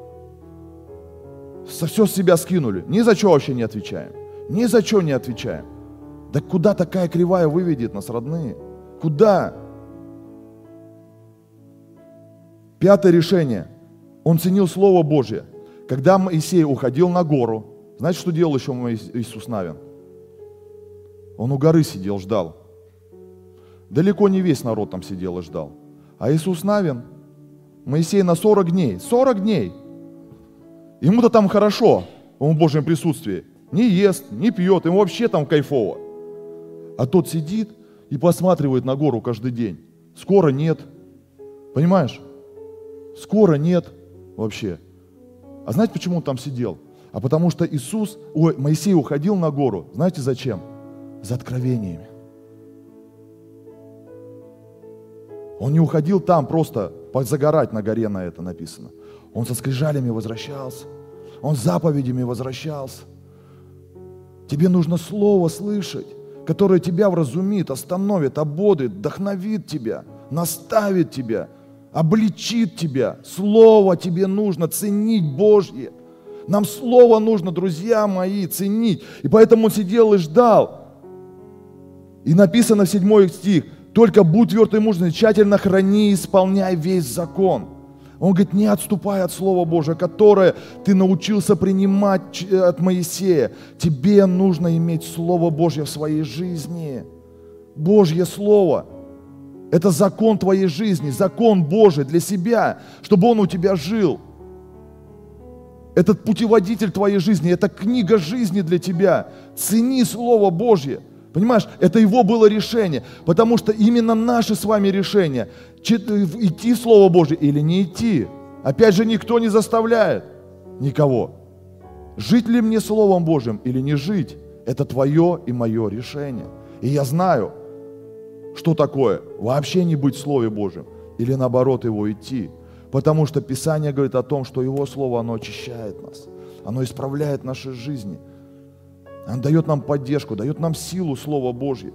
Все с себя скинули. Ни за что вообще не отвечаем. Ни за что не отвечаем. Да куда такая кривая выведет нас, родные? Куда? 5-е решение. Он ценил Слово Божье. Когда Моисей уходил на гору, знаете, что делал еще Иисус Навин? Он у горы сидел, ждал. Далеко не весь народ там сидел и ждал. А Иисус Навин, Моисей на 40 дней. 40 дней. Ему-то там хорошо, он в Божьем присутствии. Не ест, не пьет, ему вообще там кайфово. А тот сидит и посматривает на гору каждый день. Скоро нет. Понимаешь? Скоро нет вообще. А знаете, почему он там сидел? А потому что Моисей уходил на гору. Знаете зачем? За откровениями. Он не уходил там просто позагорать на горе, на это написано. Он со скрижалями возвращался. Он с заповедями возвращался. Тебе нужно слово слышать, которое тебя вразумит, остановит, ободрит, вдохновит тебя, наставит тебя, обличит тебя. Слово тебе нужно ценить Божье. Нам слово нужно, друзья мои, ценить. И поэтому он сидел и ждал. И написано в 7 стих: «Только будь тверд и мужествен, тщательно храни и исполняй весь закон». Он говорит, не отступай от Слова Божия, которое ты научился принимать от Моисея. Тебе нужно иметь Слово Божье в своей жизни. Божье Слово. Это закон твоей жизни, закон Божий для себя, чтобы он у тебя жил. Этот путеводитель твоей жизни, это книга жизни для тебя. Цени Слово Божье. Понимаешь, это его было решение, потому что именно наше с вами решение, идти в Слово Божье или не идти. Опять же, никто не заставляет никого. Жить ли мне Словом Божьим или не жить, это твое и мое решение. И я знаю, что такое вообще не быть в Слове Божьем или наоборот его идти. Потому что Писание говорит о том, что Его Слово, оно очищает нас, оно исправляет наши жизни. Он дает нам поддержку, дает нам силу Слова Божье.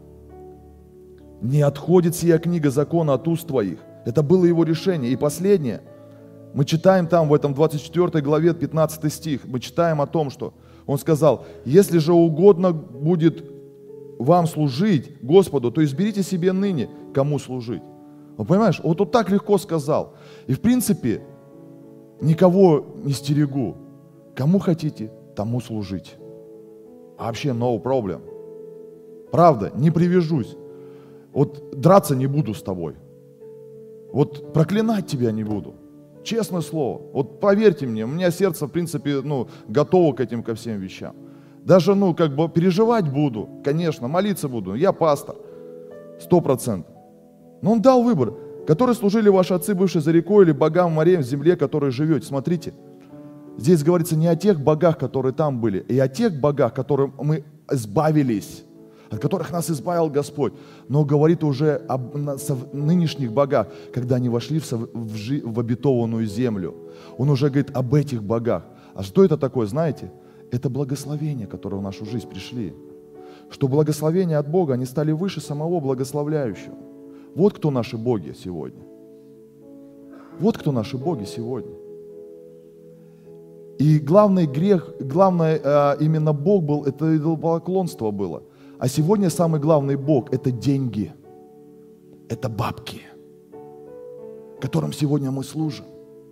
Не отходит сия книга закона от уст твоих. Это было его решение. И последнее, мы читаем там в этом 24 главе 15 стих, мы читаем о том, что он сказал: если же угодно будет вам служить Господу, то изберите себе ныне, кому служить. Вот понимаешь, вот он так легко сказал. И в принципе, никого не стерегу. Кому хотите, тому служить. Вообще no problem. Правда, не привяжусь. Вот драться не буду с тобой. Вот проклинать тебя не буду. Честное слово. Вот поверьте мне, у меня сердце, в принципе, готово к этим, ко всем вещам. Даже, переживать буду, конечно, молиться буду. Я пастор, 100%. Но он дал выбор. Которые служили ваши отцы, бывшие за рекой, или богам морей в земле, в которой живете. Смотрите. Здесь говорится не о тех богах, которые там были, и о тех богах, которым мы избавились, от которых нас избавил Господь, но говорит уже об нынешних богах, когда они вошли в обетованную землю. Он уже говорит об этих богах. А что это такое, знаете? Это благословения, которые в нашу жизнь пришли. Что благословения от Бога, они стали выше самого благословляющего. Вот кто наши боги сегодня. Вот кто наши боги сегодня. И главный грех, именно Бог был, это идолопоклонство было. А сегодня самый главный Бог – это деньги, это бабки, которым сегодня мы служим.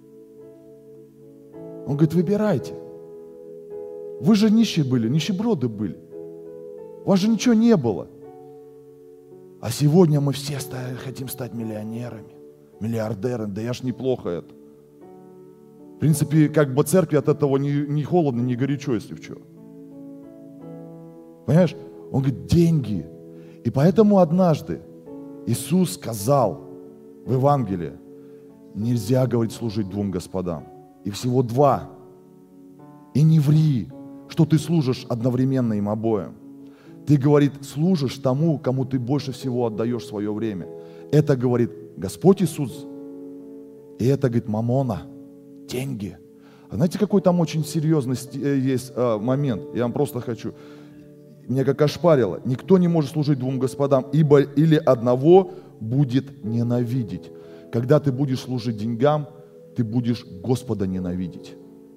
Он говорит, выбирайте. Вы же нищие были, нищеброды были. У вас же ничего не было. А сегодня мы все хотим стать миллионерами, миллиардерами. Да я ж неплохо это. В принципе, церкви от этого не холодно, не горячо, если в чем. Понимаешь? Он говорит, деньги. И поэтому однажды Иисус сказал в Евангелии, нельзя, говорит, служить двум господам. И всего два. И не ври, что ты служишь одновременно им обоим. Ты, говорит, служишь тому, кому ты больше всего отдаешь свое время. Это, говорит, Господь Иисус. И это, говорит, мамона, деньги. А знаете, какой там очень серьезный есть момент? Я вам просто хочу. Меня как ошпарило. Никто не может служить двум господам, ибо или одного будет ненавидеть. Когда ты будешь служить деньгам, ты будешь Господа ненавидеть.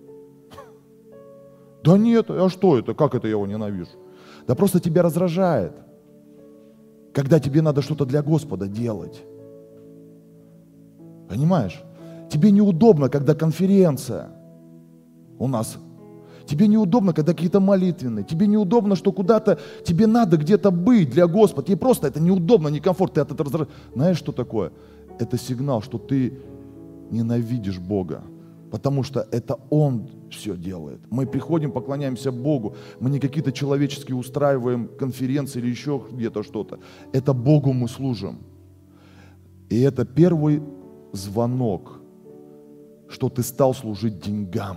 Да нет, а что это? Как это я его ненавижу? Да просто тебя раздражает, когда тебе надо что-то для Господа делать. Понимаешь? Тебе неудобно, когда конференция у нас. Тебе неудобно, когда какие-то молитвенные. Тебе неудобно, что куда-то, тебе надо где-то быть для Господа. Тебе просто это неудобно, некомфортно. Ты от этого раздражаешься. Знаешь, что такое? Это сигнал, что ты ненавидишь Бога. Потому что это Он все делает. Мы приходим, поклоняемся Богу. Мы не какие-то человеческие устраиваем конференции или еще где-то что-то. Это Богу мы служим. И это первый звонок, что ты стал служить деньгам.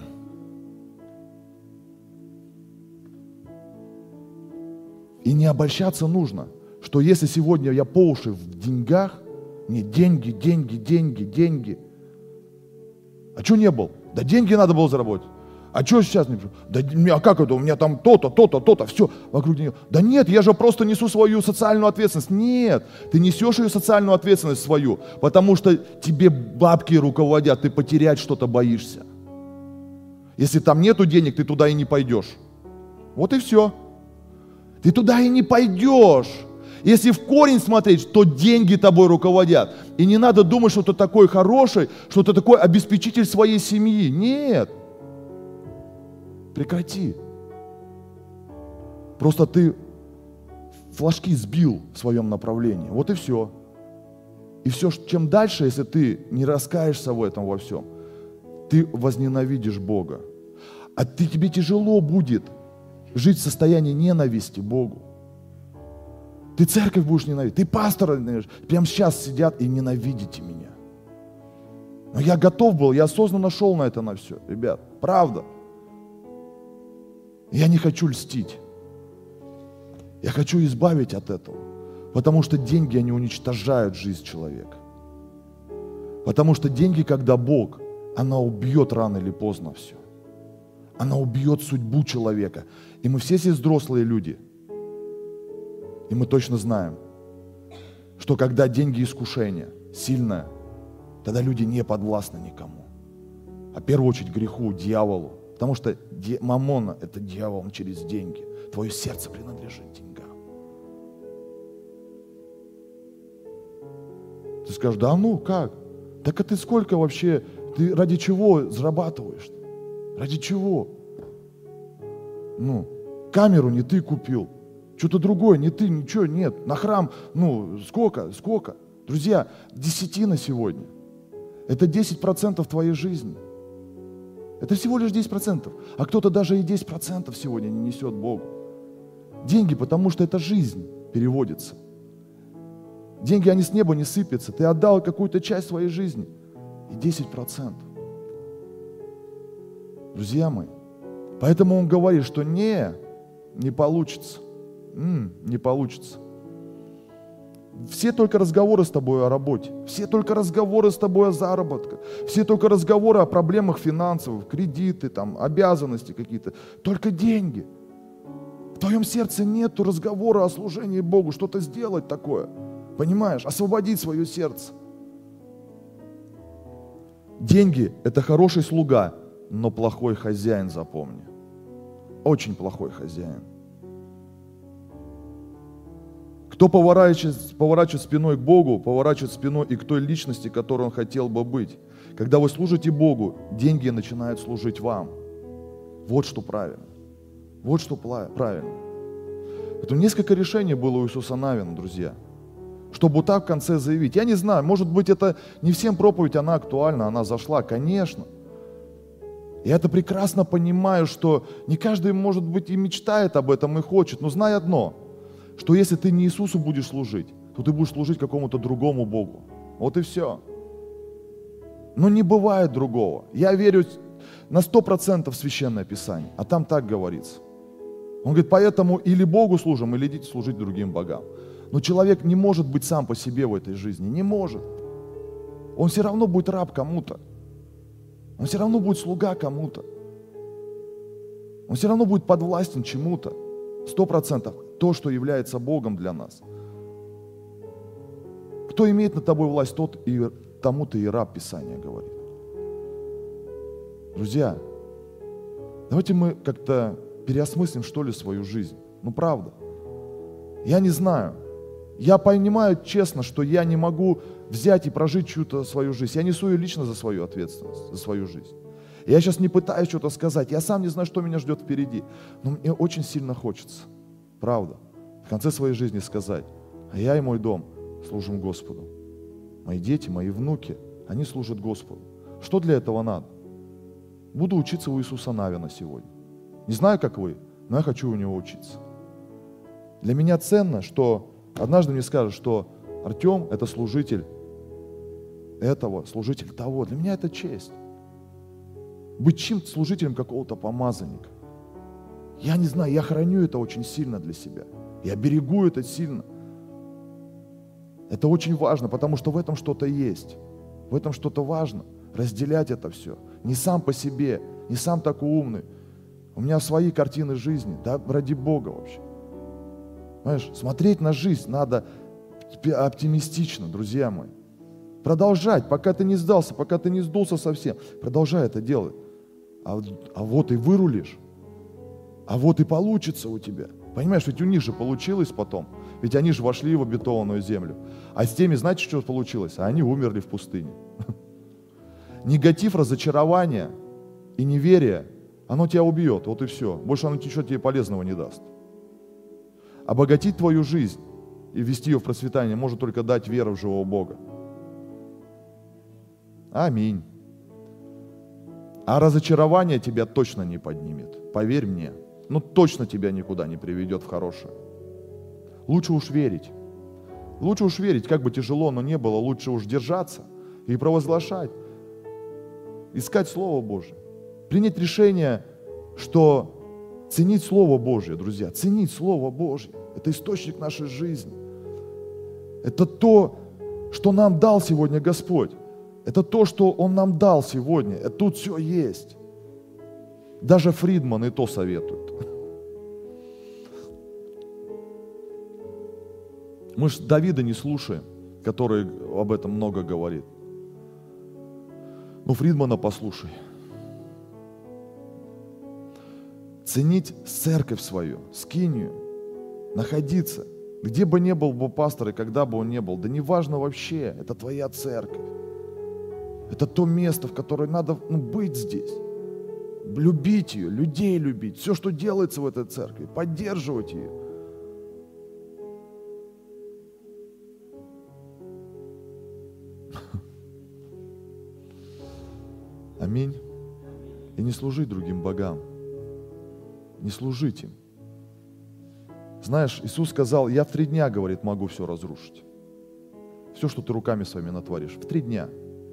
И не обольщаться нужно, что если сегодня я по уши в деньгах, мне деньги, деньги, деньги, деньги. А что не был? Да деньги надо было заработать. А что сейчас не пришел? Да а как это? У меня там то-то, то-то, то-то, все вокруг нее. Да нет, я же просто несу свою социальную ответственность. Нет, ты несешь ее социальную ответственность свою, потому что тебе бабки руководят, ты потерять что-то боишься. Если там нету денег, ты туда и не пойдешь. Вот и все. Ты туда и не пойдешь. Если в корень смотреть, то деньги тобой руководят. И не надо думать, что ты такой хороший, что ты такой обеспечитель своей семьи. Нет. Прекрати. Просто ты флажки сбил в своем направлении. Вот и все. И все, чем дальше, если ты не раскаешься в этом во всем, ты возненавидишь Бога. А тебе тяжело будет жить в состоянии ненависти Богу. Ты церковь будешь ненавидеть, ты пастора ненавидишь. Прямо сейчас сидят и ненавидите меня. Но я готов был, я осознанно шел на это на все. Ребят, правда. Я не хочу льстить. Я хочу избавить от этого. Потому что деньги, они уничтожают жизнь человека. Потому что деньги, когда Бог, она убьет рано или поздно все. Она убьет судьбу человека. И мы все здесь взрослые люди. И мы точно знаем, что когда деньги искушение сильное, тогда люди не подвластны никому. А в первую очередь греху, дьяволу. Потому что мамона – это дьявол, он через деньги. Твое сердце принадлежит деньгам. Ты скажешь, да ну как? Так а ты сколько вообще, ты ради чего зарабатываешь? Ради чего? Ну, камеру не ты купил. Что-то другое, не ты, ничего, нет. На храм, сколько? Друзья, десятина сегодня. Это 10% твоей жизни. Это всего лишь 10%. А кто-то даже и 10% сегодня не несет Богу. Деньги, потому что это жизнь переводится. Деньги, они с неба не сыпятся. Ты отдал какую-то часть своей жизни. И 10%. Друзья мои, поэтому он говорит, что не получится. Не получится. Все только разговоры с тобой о работе, все только разговоры с тобой о заработках, все только разговоры о проблемах финансовых, кредиты, там, обязанности какие-то, только деньги. В твоем сердце нету разговора о служении Богу, что-то сделать такое, понимаешь, освободить свое сердце. Деньги – это хороший слуга, но плохой хозяин, запомни. Очень плохой хозяин. Кто поворачивает спиной к Богу, поворачивает спиной и к той личности, которой он хотел бы быть. Когда вы служите Богу, деньги начинают служить вам. Вот что правильно. Вот что правильно. Это несколько решений было у Иисуса Навина, друзья. Чтобы вот так в конце заявить. Я не знаю, может быть, это не всем проповедь, она актуальна, она зашла, конечно. Я это прекрасно понимаю, что не каждый, может быть, и мечтает об этом, и хочет. Но знай одно. что если ты не Иисусу будешь служить, то ты будешь служить какому-то другому Богу. Вот и все. Но не бывает другого. Я верю на 100% в Священное Писание, а там так говорится. Он говорит, поэтому или Богу служим, или идите служить другим богам. Но человек не может быть сам по себе в этой жизни, не может. Он все равно будет раб кому-то. Он все равно будет слуга кому-то. Он все равно будет подвластен чему-то. 100% то, что является Богом для нас. Кто имеет над тобой власть, тот и тому ты и раб, Писание говорит. Друзья, давайте мы как-то переосмыслим, что ли, свою жизнь. Ну, правда. Я не знаю. Я понимаю честно, что я не могу взять и прожить чью-то свою жизнь. Я несу ее лично за свою ответственность, за свою жизнь. Я сейчас не пытаюсь что-то сказать. Я сам не знаю, что меня ждет впереди. Но мне очень сильно хочется, правда, в конце своей жизни сказать, а я и мой дом служим Господу. Мои дети, мои внуки, они служат Господу. Что для этого надо? Буду учиться у Иисуса Навина сегодня. Не знаю, как вы, но я хочу у него учиться. Для меня ценно, что однажды мне скажут, что Артем – это служитель этого, служитель того. Для меня это честь. Быть чем-то служителем какого-то помазанника. Я не знаю, я храню это очень сильно для себя. Я берегу это сильно. Это очень важно, потому что в этом что-то есть. В этом что-то важно. Разделять это все. Не сам по себе, не сам такой умный. У меня свои картины жизни. Да, ради Бога вообще. Понимаешь, смотреть на жизнь надо оптимистично, друзья мои. Продолжать, пока ты не сдался, пока ты не сдулся совсем. Продолжай это делать. А вот и вырулишь. А вот и получится у тебя. Понимаешь, ведь у них же получилось потом. Ведь они же вошли в обетованную землю. А с теми, знаете, что получилось? А они умерли в пустыне. Негатив, разочарование и неверие, оно тебя убьет, вот и все. Больше оно ничего тебе полезного не даст. Обогатить твою жизнь и ввести ее в процветание может только дать вера в живого Бога. Аминь. А разочарование тебя точно не поднимет. Поверь мне. Ну точно тебя никуда не приведет в хорошее. Лучше уж верить. Лучше уж верить, как бы тяжело оно не было, лучше уж держаться и провозглашать. Искать Слово Божие. Принять решение, что ценить Слово Божье, друзья, ценить Слово Божье. Это источник нашей жизни. Это то, что нам дал сегодня Господь. Это то, что Он нам дал сегодня. Тут все есть. Даже Фридман и то советует. Мы же Давида не слушаем, который об этом много говорит. Ну, Фридмана послушай. Ценить церковь свою, скинию, находиться, где бы ни был бы пастор и когда бы он ни был, да неважно вообще, это твоя церковь. Это то место, в которое надо быть здесь. Любить ее, людей любить, все, что делается в этой церкви, поддерживать ее. Аминь. И не служить другим богам. Не служить им. Знаешь, Иисус сказал, я в 3 дня, говорит, могу все разрушить. Все, что ты руками своими натворишь, в 3 дня.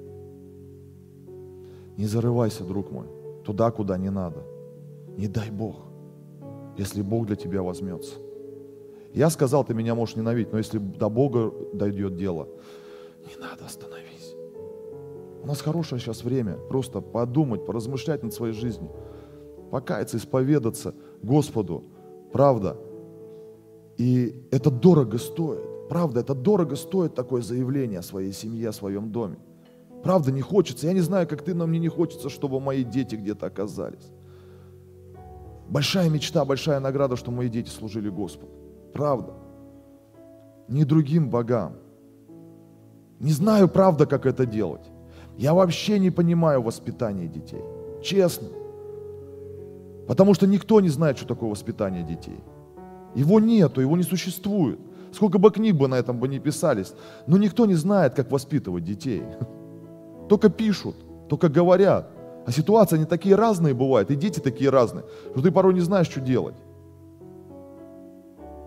Не зарывайся, друг мой, туда, куда не надо. Не дай Бог, если Бог для тебя возьмется. Я сказал, ты меня можешь ненавидеть, но если до Бога дойдет дело, не надо, остановись. У нас хорошее сейчас время, просто подумать, поразмышлять над своей жизнью, покаяться, исповедаться Господу, правда. И это дорого стоит, правда, это дорого стоит такое заявление о своей семье, о своем доме. Правда, не хочется. Я не знаю, как ты, но мне не хочется, чтобы мои дети где-то оказались. Большая мечта, большая награда, что мои дети служили Господу. Правда. Не другим богам. Не знаю, правда, как это делать. Я вообще не понимаю воспитания детей. Честно. Потому что никто не знает, что такое воспитание детей. Его нету, его не существует. Сколько бы книг бы на этом бы не писались, но никто не знает, как воспитывать детей. Только пишут, только говорят. А ситуации они такие разные бывают, и дети такие разные, что ты порой не знаешь, что делать.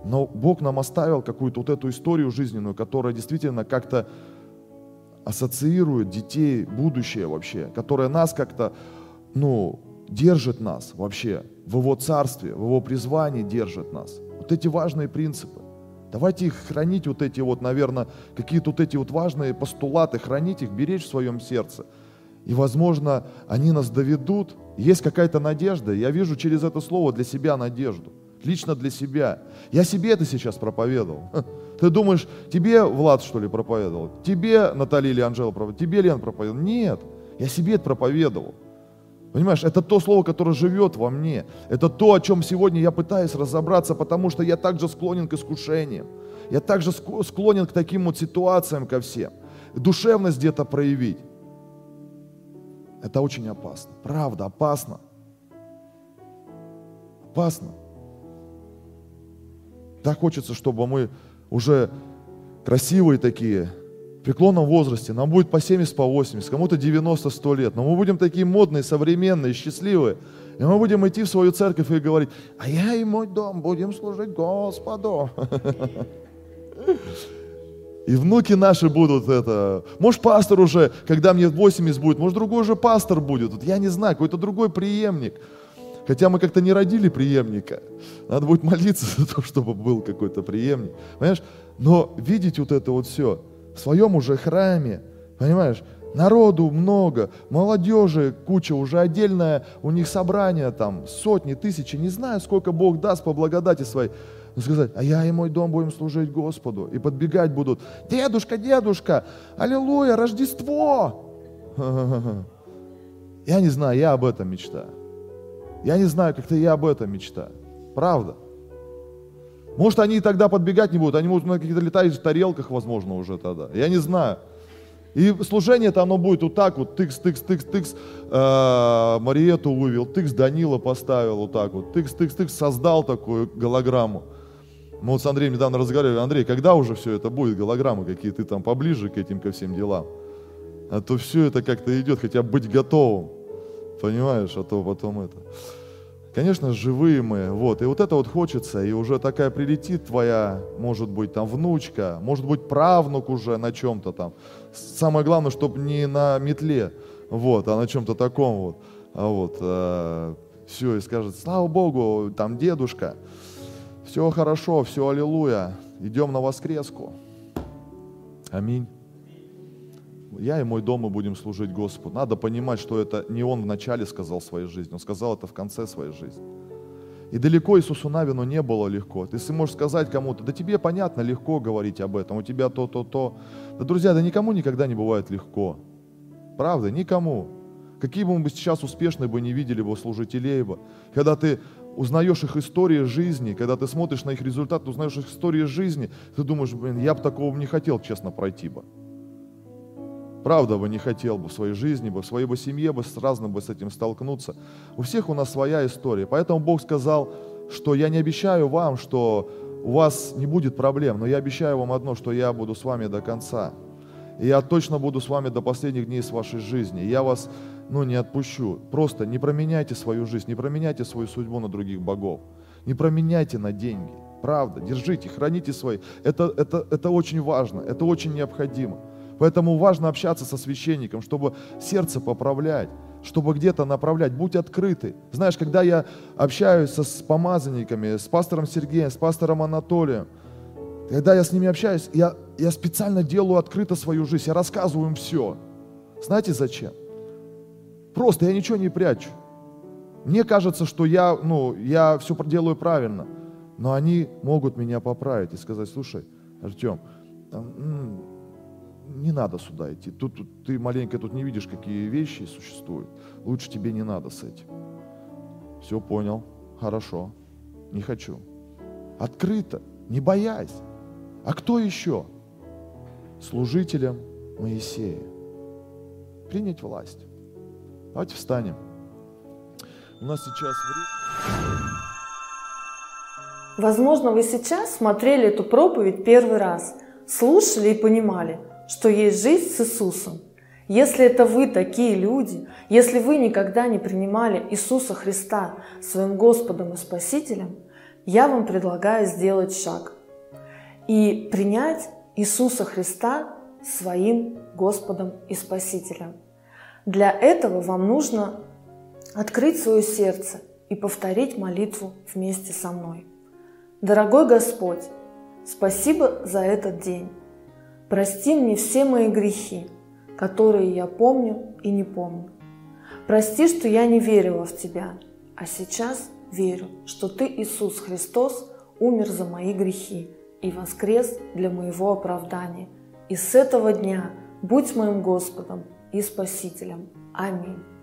Но Бог нам оставил какую-то вот эту историю жизненную, которая действительно как-то ассоциирует детей, будущее вообще, которая нас как-то, держит нас вообще в Его царстве, в Его призвании держит нас. Вот эти важные принципы. Давайте их хранить, вот эти вот, наверное, какие-то вот эти вот важные постулаты, хранить их, беречь в своем сердце. И, возможно, они нас доведут. Есть какая-то надежда. Я вижу через это слово для себя надежду. Лично для себя. Я себе это сейчас проповедовал. Ты думаешь, тебе Влад, что ли, проповедовал? Тебе Наталья или Анжела проповедовал? Тебе Лен проповедовал? Нет, я себе это проповедовал. Понимаешь, это то слово, которое живет во мне. Это то, о чем сегодня я пытаюсь разобраться, потому что я также склонен к искушениям. Я также склонен к таким вот ситуациям ко всем. Душевность где-то проявить. Это очень опасно. Правда, опасно. Опасно. Так хочется, чтобы мы уже красивые такие, в преклонном возрасте, нам будет по 70, по 80, кому-то 90, 100 лет, но мы будем такие модные, современные, счастливые, и мы будем идти в свою церковь и говорить: а я и мой дом будем служить Господу. И внуки наши будут это. Может, пастор уже, когда мне 80 будет, может, другой уже пастор будет. Вот я не знаю, какой-то другой преемник. Хотя мы как-то не родили преемника. Надо будет молиться за то, чтобы был какой-то преемник. Понимаешь? Но видеть вот это вот все в своем уже храме, понимаешь, народу много, молодежи куча, уже отдельное у них собрание там, сотни, тысячи, не знаю, сколько Бог даст по благодати своей. Но сказать: а я и мой дом будем служить Господу. И подбегать будут: дедушка, дедушка, аллилуйя, Рождество. Я не знаю, я об этом мечтаю. Я не знаю, как-то я об этом мечтаю. Правда. Может, они и тогда подбегать не будут, они будут на каких-то летающих тарелках, возможно, уже тогда. Я не знаю. И служение-то оно будет вот так вот, тыкс, Мариету вывел, тыкс, Данила поставил вот так вот, тыкс, создал такую голограмму. Мы вот с Андреем недавно разговаривали: Андрей, когда уже все это будет, голограммы какие, ты там поближе к этим, ко всем делам. А то все это как-то идет, хотя бы быть готовым, понимаешь, а то потом это... Конечно, живые мы, вот, и вот это вот хочется, и уже такая прилетит твоя, может быть, там внучка, может быть, правнук уже на чем-то там. Самое главное, чтобы не на метле, вот, а на чем-то таком вот, все, и скажет: слава Богу, там дедушка, все хорошо, все аллилуйя, идем на воскреску. Аминь. Я и мой дом мы будем служить Господу. Надо понимать, что это не Он в начале сказал своей жизни, Он сказал это в конце своей жизни. И далеко Иисусу Навину не было легко. Ты можешь сказать кому-то: да тебе понятно, легко говорить об этом, у тебя то. Да, друзья, да никому никогда не бывает легко. Правда, никому. Какие бы мы сейчас успешные бы не видели бы служителей бы, когда ты узнаешь их истории жизни, когда ты смотришь на их результаты, узнаешь их истории жизни, ты думаешь: я бы такого не хотел, честно, пройти бы. Правда бы не хотел бы в своей жизни, в своей бы семье бы сразу бы с этим столкнуться. У всех у нас своя история. Поэтому Бог сказал, что я не обещаю вам, что у вас не будет проблем, но я обещаю вам одно, что я буду с вами до конца. И я точно буду с вами до последних дней с вашей жизни. И я вас, не отпущу. Просто не променяйте свою жизнь, не променяйте свою судьбу на других богов. Не променяйте на деньги. Правда, держите, храните свои. Это очень важно, это очень необходимо. Поэтому важно общаться со священником, чтобы сердце поправлять, чтобы где-то направлять. Будь открытый. Знаешь, когда я общаюсь с помазанниками, с пастором Сергеем, с пастором Анатолием, когда я с ними общаюсь, я специально делаю открыто свою жизнь, я рассказываю им все. Знаете зачем? Просто я ничего не прячу. Мне кажется, что я все делаю правильно, но они могут меня поправить и сказать: слушай, Артем, не надо сюда идти. Ты маленько тут не видишь, какие вещи существуют. Лучше тебе не надо с этим. Все понял, хорошо, не хочу. Открыто, не боясь. А кто еще? Служителем Моисея. Принять власть. Давайте встанем. У нас сейчас время. Возможно, вы сейчас смотрели эту проповедь первый раз, слушали и понимали, что есть жизнь с Иисусом. Если это вы такие люди, если вы никогда не принимали Иисуса Христа своим Господом и Спасителем, я вам предлагаю сделать шаг и принять Иисуса Христа своим Господом и Спасителем. Для этого вам нужно открыть свое сердце и повторить молитву вместе со мной. Дорогой Господь, спасибо за этот день. Прости мне все мои грехи, которые я помню и не помню. Прости, что я не верила в Тебя, а сейчас верю, что Ты, Иисус Христос, умер за мои грехи и воскрес для моего оправдания. И с этого дня будь моим Господом и Спасителем. Аминь.